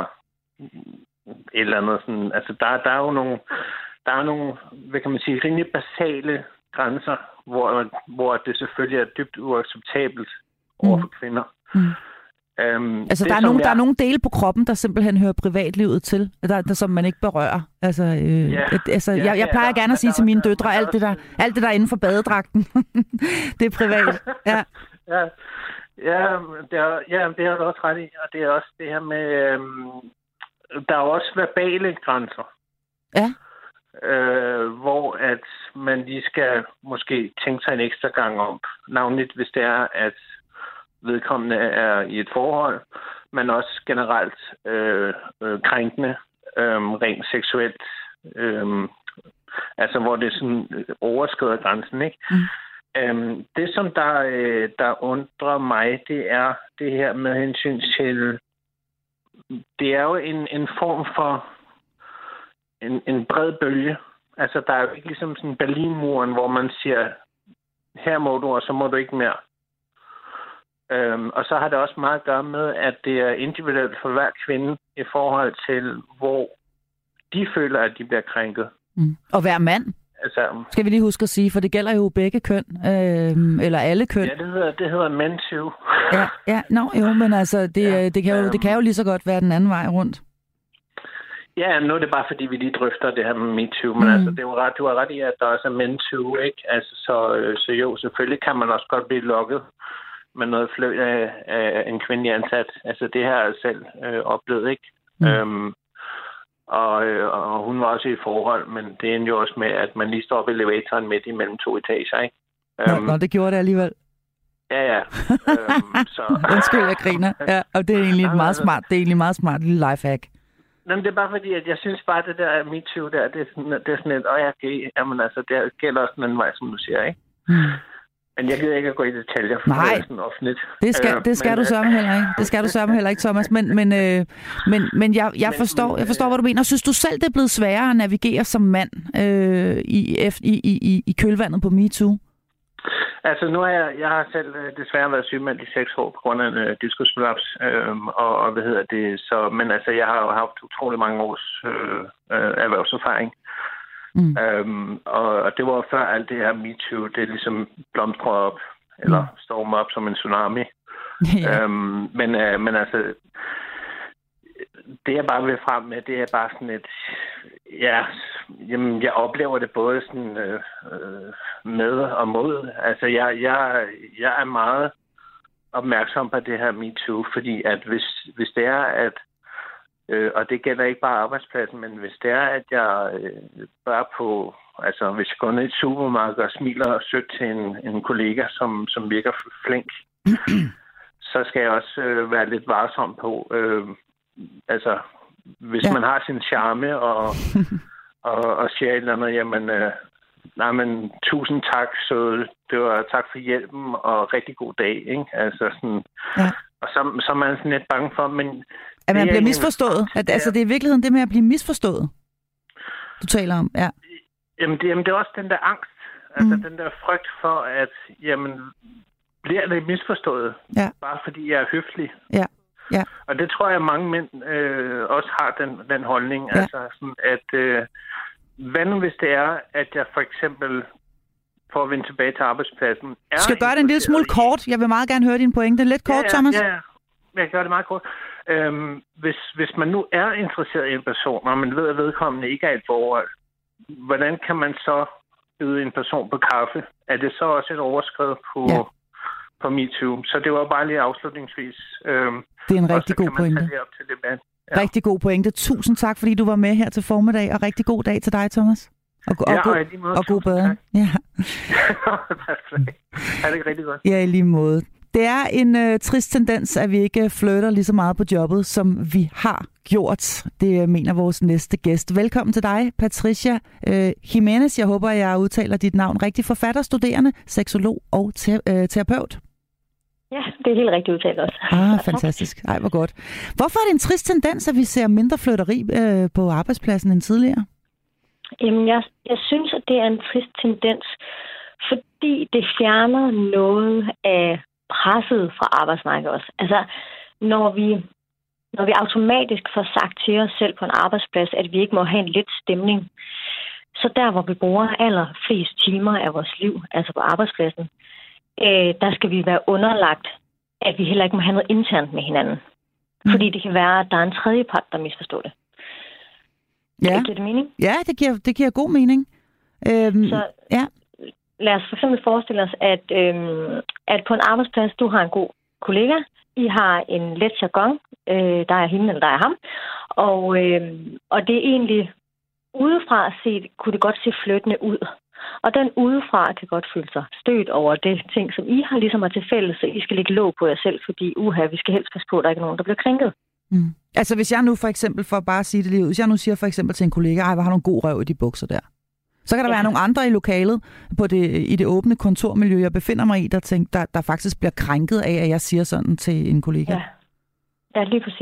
et eller andet sådan. Altså der, der er jo nogle Der er nogle, hvad kan man sige, rimelig basale grænser, hvor, hvor det selvfølgelig er dybt uacceptabelt over for kvinder. Mm. Um,
altså, det, der, er nogle, jeg... der er nogle dele på kroppen, der simpelthen hører privatlivet til, der, der som man ikke berører. Altså, øh, ja. et, altså ja, jeg, jeg plejer ja, gerne at sige der, til mine døtre, der, alt, det der, alt det der er inden for badedragten, det er privat. Ja,
ja, ja, det er, ja, det er du også ret i, og det er også det her med, øhm, der er også verbale grænser. Ja. Øh, hvor at man lige skal måske tænke sig en ekstra gang om. Navnligt hvis det er, at vedkommende er i et forhold, men også generelt øh, øh, krænkende, øh, rent seksuelt. Øh, altså hvor det sådan overskrider grænsen, ikke? Mm. Øh, det som der, øh, der undrer mig, det er det her med hensyn til, det er jo en, en form for En, en bred bølge. Altså, der er jo ikke ligesom sådan Berlinmuren, hvor man siger, her må du, og så må du ikke mere. Øhm, og så har det også meget at gøre med, at det er individuelt for hver kvinde i forhold til, hvor de føler, at de bliver krænket.
Mm. Og hver mand,
altså,
skal vi lige huske at sige, for det gælder jo begge køn, øh, eller alle køn.
Ja, det hedder, det hedder MeToo.
ja, ja, no, jo, men altså, det, ja, det, kan jo, det kan jo lige så godt være den anden vej rundt.
Ja, nu er det bare, fordi vi lige drøfter det her med MeToo, men mm. altså, det er jo ret, du har ret i, at der også er MeToo, ikke? Altså, så, så jo, selvfølgelig kan man også godt blive lukket med noget fløjt af, af en kvindelig ansat. Altså, det har jeg selv øh, oplevet, ikke? Mm. Øhm, og, øh, og hun var også i et forhold, men det endte jo også med, at man lige står op i elevatoren midt imellem to etager, ikke?
Nå, øhm, nå det gjorde det alligevel.
Ja, ja. øhm, så...
Undskyld, jeg griner. Ja, og det er egentlig et meget smart, det er egentlig meget smart lille lifehack.
Jamen, det er bare fordi, at jeg synes bare, at det der MeToo der, det er sådan, det er sådan et, åh, jeg kan, jamen altså, det gælder også den anden vej, som du siger, ikke? Mm. Men jeg gider ikke at gå i detaljer, for
Nej,
det er sådan offentligt.
det skal, det skal men, du sørme heller ikke. Det skal du sørme heller ikke, Thomas. Men, men, øh, men, men jeg, jeg, forstår, jeg forstår, hvad du mener. Synes du selv, det er blevet sværere at navigere som mand øh, i, i, i, i kølvandet på MeToo?
Altså, nu har jeg, jeg har selv øh, desværre været sygemeldt i seks år på grund af en øh, diskusprolaps, øh, og, og hvad hedder det, så, men altså, jeg har jo haft utrolig mange års øh, øh, erhvervserfaring. Mm. Øhm, og, og det var før alt det her MeToo, det ligesom blomstrede op, eller mm. stormede op som en tsunami. yeah. øhm, men, øh, men altså, det jeg bare vil frem med, det er bare sådan et, ja, jamen, jeg oplever det både sådan øh, øh, med og mod. Altså, jeg, jeg, jeg er meget opmærksom på det her MeToo, fordi at hvis, hvis det er, at Øh, og det gælder ikke bare arbejdspladsen, men hvis det er, at jeg øh, bare på, altså hvis jeg går ned i et supermarked og smiler sødt til en, en kollega, som, som virker flink, så skal jeg også øh, være lidt varsom på, øh, altså hvis ja. man har sin charme og, og, og siger et eller andet, jamen, øh, nej, men tusind tak, så det var tak for hjælpen og rigtig god dag, ikke? Altså sådan, ja. Og så, så er man sådan lidt bange for, men
at man bliver misforstået. At, altså, det er i virkeligheden det med at blive misforstået, du taler om. Ja.
Jamen, det, jamen, det er også den der angst. Altså,
mm.
den der frygt for, at jamen, bliver det misforstået?
Ja.
Bare fordi jeg er høflig.
Ja. Ja.
Og det tror jeg, mange mænd øh, også har den, den holdning.
Ja.
Altså, sådan, at øh, hvad nu hvis det er, at jeg for eksempel, for at vende tilbage til arbejdspladsen, er...
Du skal gøre det en lille smule kort. Jeg vil meget gerne høre din pointe. Lidt kort,
ja, ja,
Thomas.
Ja, ja. Jeg gør det meget kort. Øhm, hvis, hvis man nu er interesseret i en person, og man ved, at vedkommende ikke er et forhold, hvordan kan man så byde en person på kaffe? Er det så også et overskred på, ja. på MeToo? Så det var bare lige afslutningsvis. Øhm,
det er en rigtig god pointe.
Det op til debat. Ja.
Rigtig god pointe. Tusind tak, fordi du var med her til formiddag, og rigtig god dag til dig, Thomas. Og, og,
ja,
og,
og, måde,
og god bedring. Ja.
Er det ikke rigtig godt?
Ja, i lige måde. Det er en øh, trist tendens, at vi ikke flytter lige så meget på jobbet, som vi har gjort. Det mener vores næste gæst. Velkommen til dig, Patricia øh, Jimenez. Jeg håber, jeg udtaler dit navn rigtig. Forfatter, studerende, seksolog og te- øh, terapeut.
Ja, det er helt rigtigt udtalt også.
Ah, fantastisk. Ej, hvor godt. Hvorfor er det en trist tendens, at vi ser mindre flytteri øh, på arbejdspladsen end tidligere?
Jamen, jeg, jeg synes, at det er en trist tendens, fordi det fjerner noget af presset fra arbejdsmarkedet også. Altså, når vi, når vi automatisk får sagt til os selv på en arbejdsplads, at vi ikke må have en let stemning, så der, hvor vi bruger allerflest timer af vores liv, altså på arbejdspladsen, øh, der skal vi være underlagt, at vi heller ikke må have noget internt med hinanden. Mm. Fordi det kan være, at der er en tredje part, der misforstår det.
Ja.
Giver det mening?
Ja, det giver, det giver god mening. Øhm,
så,
ja.
Lad os for eksempel forestille os, at, øhm, at på en arbejdsplads, du har en god kollega, I har en let jargon, øh, der er hende eller der er ham, og, øhm, og det er egentlig udefra set, kunne det godt se flyttende ud. Og den udefra kan godt føle sig stødt over det ting, som I har ligesom er til fælles, så I skal lægge låg på jer selv, fordi uha, vi skal helst passe på, at der ikke er nogen, der bliver krænket.
Mm. Altså hvis jeg nu for eksempel, for bare at sige det lige ud, hvis jeg nu siger for eksempel til en kollega, ej, hvor har du en god røv i de bukser der. Så kan der ja. være nogle andre i lokalet, på det, i det åbne kontormiljø, jeg befinder mig i, der, tænker, der, der faktisk bliver krænket af, at jeg siger sådan til en kollega.
Ja, ja lige præcis.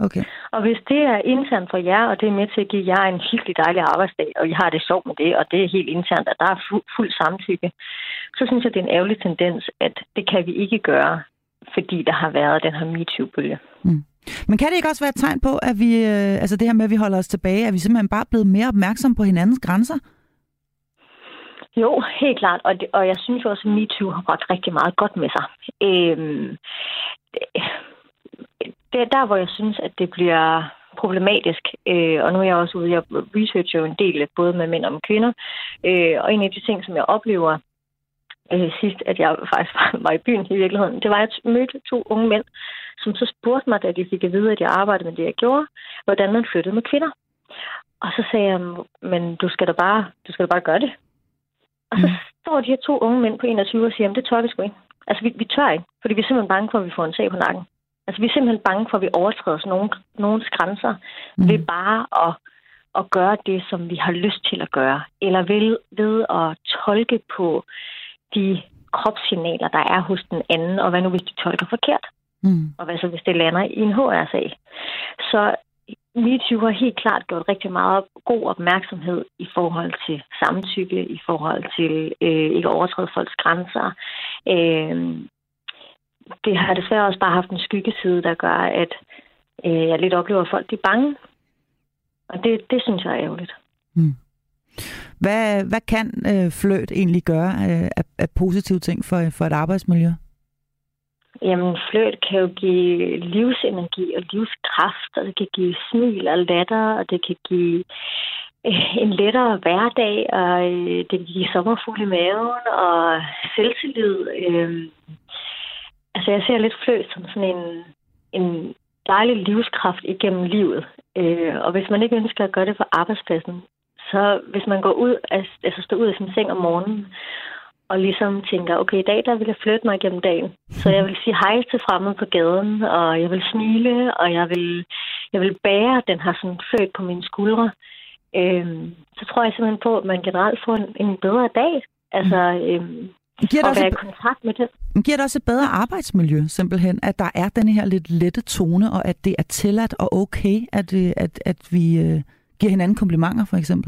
Okay.
Og hvis det er internt for jer, og det er med til at give jer en hyggelig dejlig arbejdsdag, og I har det sjovt med det, og det er helt internt, at der er fuld, fuld samtykke, så synes jeg, det er en ærgerlig tendens, at det kan vi ikke gøre, fordi der har været den her MeToo-bølge.
Mm. Men kan det ikke også være et tegn på, at vi, øh, altså det her med, at vi holder os tilbage, at vi simpelthen bare er blevet mere opmærksomme på hinandens grænser?
Jo, helt klart. Og, det, og jeg synes også, at MeToo har bragt rigtig meget godt med sig. Øhm, det er der, hvor jeg synes, at det bliver problematisk. Øh, og nu er jeg også ude, jeg researcher jo en del, både med mænd og med kvinder. Øh, og en af de ting, som jeg oplever øh, sidst, at jeg faktisk var i byen i virkeligheden, det var, at jeg mødte to unge mænd, som så spurgte mig, da de fik at vide, at jeg arbejdede med det, jeg gjorde, hvordan man flyttede med kvinder. Og så sagde jeg, men du skal da bare, du skal da bare gøre det. Og så står de her to unge mænd på enogtyve og siger, at det tør vi sgu ikke. Altså, vi, vi tør ikke, fordi vi er simpelthen bange for, at vi får en sag på nakken. Altså, vi er simpelthen bange for, at vi overtræder sådan nogle, nogens grænser mm. ved bare at, at gøre det, som vi har lyst til at gøre. Eller ved, ved at tolke på de kropssignaler, der er hos den anden, og hvad nu, hvis de tolker forkert? Mm. Og hvad så, hvis det lander i en H R-sag? Så MeToo har helt klart gjort rigtig meget god opmærksomhed i forhold til samtykke, i forhold til øh, ikke at overtræde folks grænser. Øh, det har desværre også bare haft en skyggeside, der gør, at øh, jeg lidt oplever, at folk er bange. Og det, det synes jeg er ærgerligt.
Mm. Hvad, hvad kan øh, flirt egentlig gøre øh, af, af positive ting for, for et arbejdsmiljø?
Jamen, flirt kan jo give livsenergi og livskraft, og det kan give smil og latter, og det kan give øh, en lettere hverdag, og øh, det kan give sommerfugl i maven og selvtillid. Øh, altså, jeg ser lidt flirt som sådan en, en dejlig livskraft igennem livet. Øh, og hvis man ikke ønsker at gøre det for arbejdspladsen, så hvis man går ud, altså står ud af sin seng om morgenen, og ligesom tænker, okay, i dag der vil jeg flytte mig gennem dagen. Så jeg vil sige hej til fremmede på gaden, og jeg vil smile, og jeg vil, jeg vil bære den her sådan flyt på mine skuldre. Øhm, så tror jeg simpelthen på, at man generelt får en, en bedre dag. Altså, øhm,
giver
at være
et,
i kontakt med det.
Giver det også et bedre arbejdsmiljø, simpelthen, at der er den her lidt lette tone, og at det er tilladt og okay, at, at, at vi øh, giver hinanden komplimenter, for eksempel?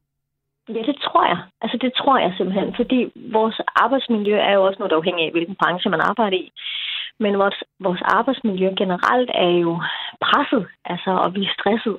Ja, det tror jeg. Altså, det tror jeg simpelthen, fordi vores arbejdsmiljø er jo også noget, der er afhængig af, hvilken branche man arbejder i. Men vores, vores arbejdsmiljø generelt er jo presset, altså, og vi er stresset.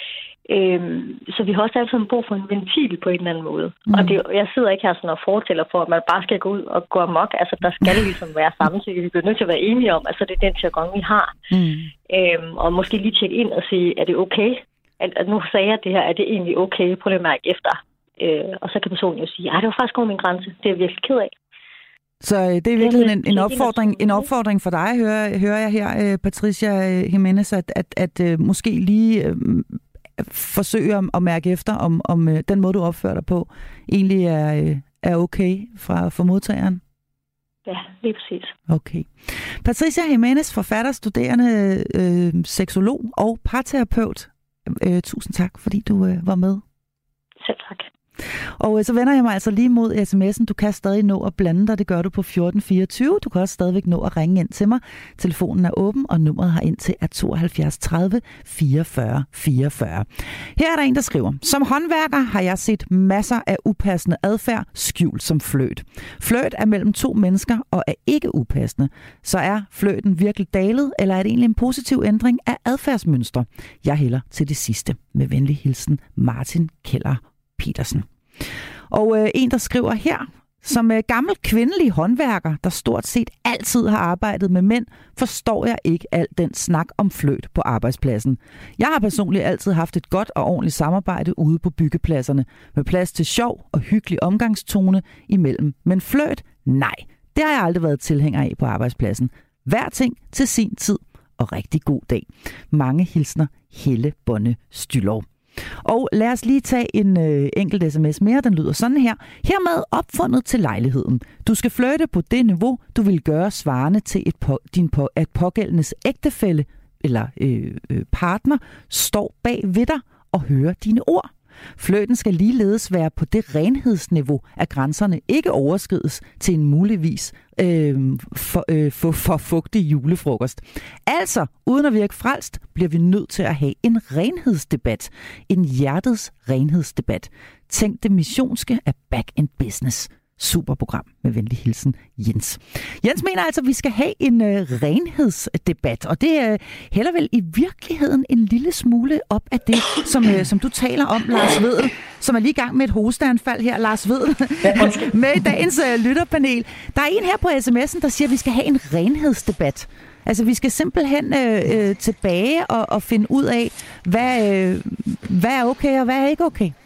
Øhm, så vi har også altid brug for en ventil på en eller anden måde. Mm. Og det, jeg sidder ikke her sådan og fortæller for, at man bare skal gå ud og gå amok. Altså, der skal ligesom være samtykke. Vi bliver nødt til at være enige om, altså, det er den jargon, vi har. Mm. Øhm, og måske lige tjekke ind og sige, er det okay? At, at nu sagde jeg det her, er det egentlig okay? Prøv lige at mærke efter. Øh, og så kan personen jo sige, at det var faktisk over min grænse. Det er jeg virkelig ked af.
Så øh, det er virkelig en, en, opfordring, en opfordring for dig, hører, hører jeg her, øh, Patricia Jimenez, at, at, at øh, måske lige øh, forsøge at, at mærke efter, om, om øh, den måde, du opfører dig på, egentlig er, øh, er okay fra, for modtageren?
Ja, lige præcis.
Okay. Patricia Jimenez, forfatter, studerende, øh, seksolog og parterapeut. Øh, tusind tak, fordi du øh, var med.
Selv tak.
Og øh, så vender jeg mig altså lige mod sms'en. Du kan stadig nå at blande dig. Det gør du på fjorten fireogtyve. Du kan også stadigvæk nå at ringe ind til mig. Telefonen er åben, og nummeret herind til er tooghalvfjerds tredive fireogfyrre fireogfyrre. Her er der en, der skriver: Som håndværker har jeg set masser af upassende adfærd skjult som fløt. Fløt er mellem to mennesker og er ikke upassende. Så er fløten virkelig dalet, eller er det egentlig en positiv ændring af adfærdsmønstre? Jeg hælder til det sidste. Med venlig hilsen, Martin Keller Petersen. Og øh, en, der skriver her: Som øh, gammel kvindelig håndværker, der stort set altid har arbejdet med mænd, forstår jeg ikke al den snak om fløt på arbejdspladsen. Jeg har personligt altid haft et godt og ordentligt samarbejde ude på byggepladserne, med plads til sjov og hyggelig omgangstone imellem. Men fløt? Nej, det har jeg aldrig været tilhænger af på arbejdspladsen. Hver ting til sin tid, og rigtig god dag. Mange hilsner, Helle Bonne Stylov. Og lad os lige tage en øh, enkelt sms mere. Den lyder sådan her: Hermed opfundet til lejligheden. Du skal flirte på det niveau, du vil gøre svarende til et på, din på, at pågældendes ægtefælle eller øh, øh, partner står bag ved dig og hører dine ord. Flirten skal ligeledes være på det renhedsniveau, at grænserne ikke overskrides til en muligvis øh, for, øh, for, for fugtig julefrokost. Altså, uden at virke frelst, bliver vi nødt til at have en renhedsdebat. En hjertets renhedsdebat. Tænk, det missionske er back in business. Superprogram med venlig hilsen, Jens. Jens mener altså, at vi skal have en øh, renhedsdebat, og det øh, hælder vel i virkeligheden en lille smule op af det, som, øh, som du taler om, Lars Vedel, som er lige i gang med et hosteanfald her, Lars Vedel, med i dagens øh, lytterpanel. Der er en her på sms'en, der siger, at vi skal have en renhedsdebat. Altså, vi skal simpelthen øh, øh, tilbage og, og finde ud af, hvad, øh, hvad er okay og hvad er ikke okay.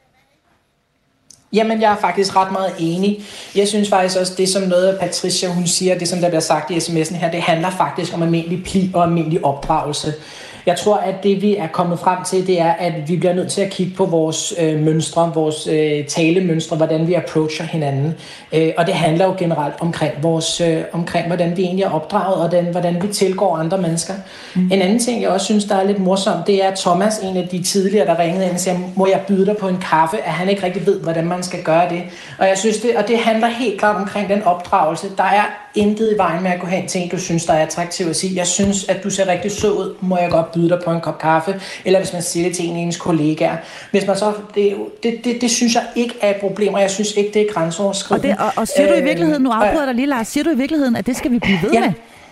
Jamen, jeg er faktisk ret meget enig. Jeg synes faktisk også, det som noget Patricia, hun siger, det som der bliver sagt i sms'en her, det handler faktisk om almindelig pli og almindelig opdragelse. Jeg tror, at det vi er kommet frem til, det er, at vi bliver nødt til at kigge på vores øh, mønstre, vores øh, talemønstre, hvordan vi approacher hinanden. Øh, og det handler jo generelt omkring, vores, øh, omkring hvordan vi egentlig er opdraget, og den, hvordan vi tilgår andre mennesker. Mm. En anden ting, jeg også synes, der er lidt morsomt, det er Thomas, en af de tidligere, der ringede ind og siger, må jeg byde dig på en kaffe, at han ikke rigtig ved, hvordan man skal gøre det. Og jeg synes det, og det handler helt klart omkring den opdragelse. Der er intet i vejen med at gå hen til en, du synes, der er attraktivt at sige, jeg synes, at du ser rigtig sød ud, må jeg godt byde dig på en kop kaffe, eller hvis man siger det til en af ens kollegaer. Hvis man så, det, det, det, det synes jeg ikke er et problem, og jeg synes ikke, det er grænseoverskridende.
Og, det, og, og siger du i virkeligheden, nu afbryder dig lige, Lars, siger du i virkeligheden, at det skal vi blive ved
ja.
med?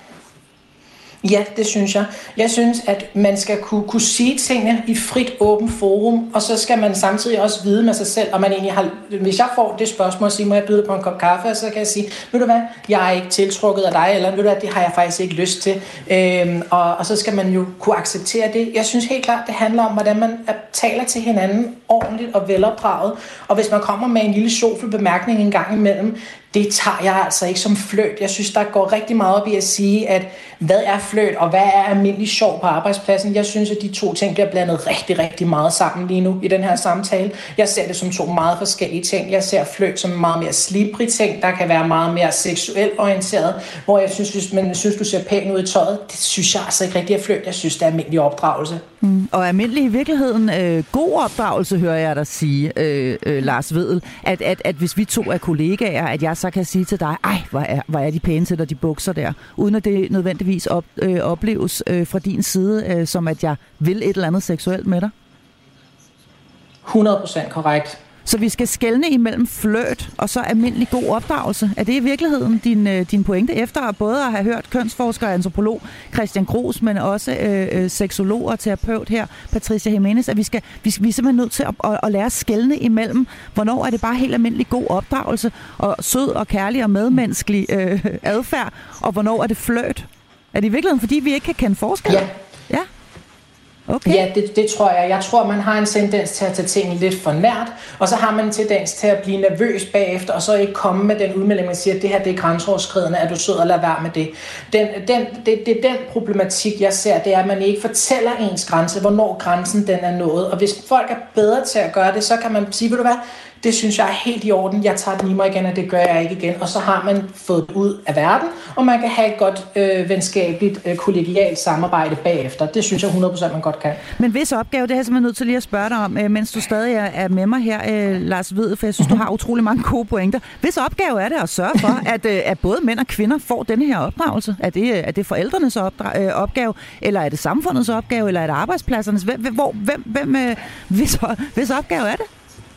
Ja, det synes jeg. Jeg synes, at man skal kunne, kunne sige tingene i frit, åbent forum, og så skal man samtidig også vide med sig selv, og man egentlig har, hvis jeg får det spørgsmål og siger, må jeg byde på en kop kaffe, så kan jeg sige, ved du hvad, jeg er ikke tiltrukket af dig, eller ved du hvad, det har jeg faktisk ikke lyst til. Øhm, og, og så skal man jo kunne acceptere det. Jeg synes helt klart, det handler om, hvordan man taler til hinanden ordentligt og velopdraget, og hvis man kommer med en lille sjovfuld bemærkning en gang imellem, det tager jeg altså ikke som fløjt. Jeg synes, der går rigtig meget op i at sige, at hvad er fløjt, og hvad er almindelig sjov på arbejdspladsen. Jeg synes, at de to ting bliver blandet rigtig, rigtig meget sammen lige nu i den her samtale. Jeg ser det som to meget forskellige ting. Jeg ser fløjt som en meget mere slibrig ting, der kan være meget mere seksuelt orienteret, hvor jeg synes, hvis man synes, du ser pæn ud i tøjet, det synes jeg altså ikke rigtig er fløjt. Jeg synes, det er almindelig opdragelse.
Mm. Og almindelig i virkeligheden øh, god opdragelse, hører jeg dig sige, øh, øh, Lars Vedel, at, at, at hvis vi to er kollegaer, at jeg så kan sige til dig, ej, hvor er, hvor er de pæne til dig, de bukser der, uden at det nødvendigvis op, øh, opleves øh, fra din side, øh, som at jeg vil et eller andet seksuelt med dig?
hundrede procent korrekt.
Så vi skal skelne imellem flirt og så almindelig god opdragelse. Er det i virkeligheden din, din pointe efter både at have hørt kønsforsker og antropolog Christian Gros, men også øh, seksolog og terapeut her, Patricia Jimenez, at vi, skal, vi, vi er simpelthen nødt til at, at, at lære at skelne imellem, hvornår er det bare helt almindelig god opdragelse og sød og kærlig og medmenneskelig øh, adfærd, og hvornår er det flirt? Er det i virkeligheden, fordi vi ikke kan kende forskel?
Ja.
Ja. Okay.
Ja, det, det tror jeg. Jeg tror, man har en tendens til at tage tingene lidt for nært, og så har man en tendens til at blive nervøs bagefter, og så ikke komme med den udmelding, man siger, at det her det er grænseoverskridende, er du sød og lad være med det. Den, den, det. Det er den problematik, jeg ser, det er, at man ikke fortæller ens grænse, hvornår grænsen den er nået. Og hvis folk er bedre til at gøre det, så kan man sige, ved du hvad, det synes jeg er helt i orden, jeg tager den i mig igen, og det gør jeg ikke igen. Og så har man fået det ud af verden, og man kan have et godt øh, venskabeligt, øh, kollegialt samarbejde bagefter. Det synes jeg hundrede procent man godt kan. Men
hvis opgave, det er jeg simpelthen nødt til lige at spørge dig om, øh, mens du stadig er, er med mig her, øh, Lars Vedel, for jeg synes, mm-hmm. du har utrolig mange gode pointer. Hvis opgave er det at sørge for, at, øh, at både mænd og kvinder får denne her opdragelse? Er det, er det forældrenes opdra- øh, opgave, eller er det samfundets opgave, eller er det arbejdspladsernes? Hvem, hvor, hvem, hvem, øh, hvis, hvis opgave er det?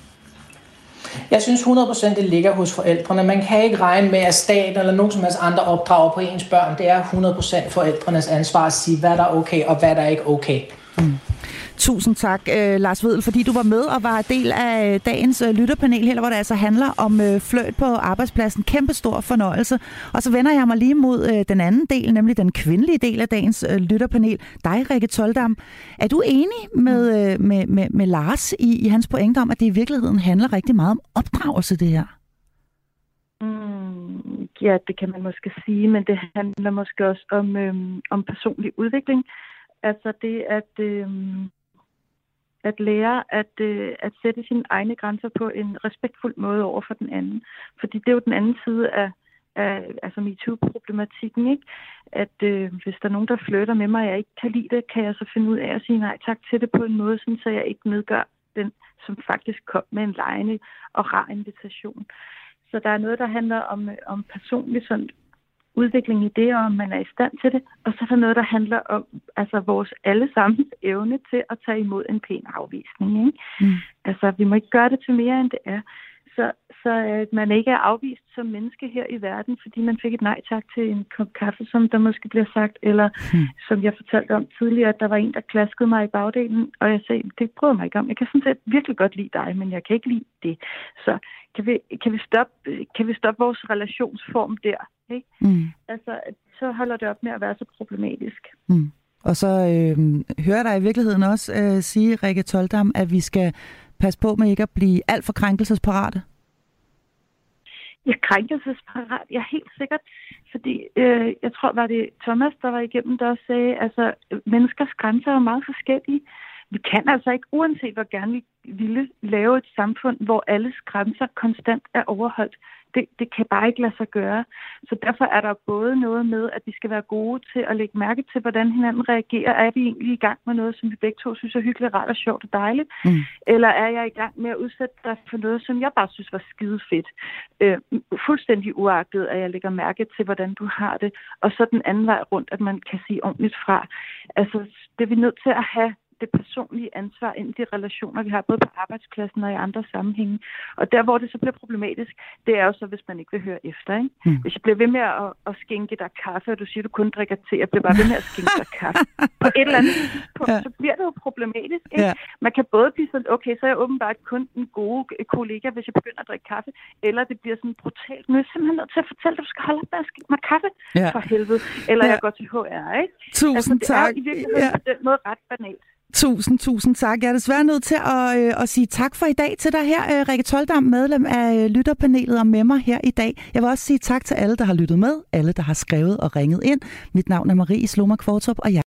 Jeg synes hundrede procent det ligger hos forældrene. Man kan ikke regne med, at staten eller nogen som helst andre opdrager på ens børn. Det er hundrede procent forældrenes ansvar at sige, hvad der er okay og hvad der er ikke okay.
Mm. Tusind tak, øh, Lars Vedel, fordi du var med og var del af dagens øh, lytterpanel her, hvor det altså handler om øh, flirt på arbejdspladsen. Kæmpe stor fornøjelse. Og så vender jeg mig lige mod øh, den anden del, nemlig den kvindelige del af dagens øh, lytterpanel. Dig, Rikke Toldam. Er du enig med, øh, med, med, med Lars i, i hans pointe om, at det i virkeligheden handler rigtig meget om opdragelse, det her?
Mm, ja, det kan man måske sige, men det handler måske også om, øh, om personlig udvikling. Altså det, at... Øh, at lære at, øh, at sætte sine egne grænser på en respektfuld måde over for den anden. Fordi det er jo den anden side af, af altså MeToo-problematikken, ikke? At øh, hvis der er nogen, der flytter med mig, og jeg ikke kan lide det, kan jeg så finde ud af at sige nej tak til det på en måde, sådan, så jeg ikke nedgør den, som faktisk kom med en legende og rar invitation. Så der er noget, der handler om, om personlig sådan, udvikling i det, og om man er i stand til det. Og så er der noget, der handler om altså, vores allesammens evne til at tage imod en pæn afvisning. Ikke? Mm. Altså, vi må ikke gøre det til mere, end det er. Så, så at man ikke er afvist som menneske her i verden, fordi man fik et nej tak til en kop kaffe, som der måske bliver sagt, eller hmm. som jeg fortalte om tidligere, at der var en, der klaskede mig i bagdelen, og jeg sagde, det prøver mig ikke om. Jeg kan sådan set virkelig godt lide dig, men jeg kan ikke lide det. Så kan vi, kan vi, stoppe, kan vi stoppe vores relationsform der? Ikke? Mm. Altså, så holder det op med at være så problematisk.
Mm. Og så øh, hører der i virkeligheden også øh, sige, Rikke Toldam, at vi skal passe på med ikke at blive alt for krænkelsesparate.
Ja, krænkelsesparat, ja, helt sikkert. Fordi øh, jeg tror, var det Thomas, der var igennem, der også sagde, altså menneskers grænser er meget forskellige. Vi kan altså ikke, uanset hvor gerne vi ville, lave et samfund, hvor alles grænser konstant er overholdt. Det, det kan bare ikke lade sig gøre. Så derfor er der både noget med, at vi skal være gode til at lægge mærke til, hvordan hinanden reagerer. Er vi egentlig i gang med noget, som vi begge to synes er hyggeligt, rart og sjovt og dejligt? Mm. Eller er jeg i gang med at udsætte dig for noget, som jeg bare synes var skide fedt? Øh, fuldstændig uagtet, at jeg lægger mærke til, hvordan du har det. Og så den anden vej rundt, at man kan sige ordentligt fra. Altså, det er vi nødt til at have det personlige ansvar ind i de relationer, vi har både på arbejdspladsen og i andre sammenhænge. Og der, hvor det så bliver problematisk, det er jo så, hvis man ikke vil høre efter. Ikke? Mm. Hvis jeg bliver ved med at, at skænke dig kaffe, og du siger, du kun drikker te, jeg bliver bare ved med at skænke dig kaffe. På et eller andet tidspunkt, ja. Så bliver det jo problematisk. Ikke? Ja. Man kan både blive sådan, okay, så er jeg åbenbart kun en god kollega, hvis jeg begynder at drikke kaffe, eller det bliver sådan brutalt. Nu er jeg simpelthen nødt til at fortælle dig, du skal holde op med at skænke mig kaffe ja. For helvede. Eller ja. Jeg går til H R, ikke?
Tusind
altså, det
tak.
er i virkeligheden ja. På den måde ret banalt.
Tusind, tusind tak. Jeg er desværre nødt til at, øh, at sige tak for i dag til dig her, øh, Rikke Toldam, medlem af øh, lytterpanelet og med mig her i dag. Jeg vil også sige tak til alle, der har lyttet med, alle, der har skrevet og ringet ind. Mit navn er Marie Sloma Kvartrup, og jeg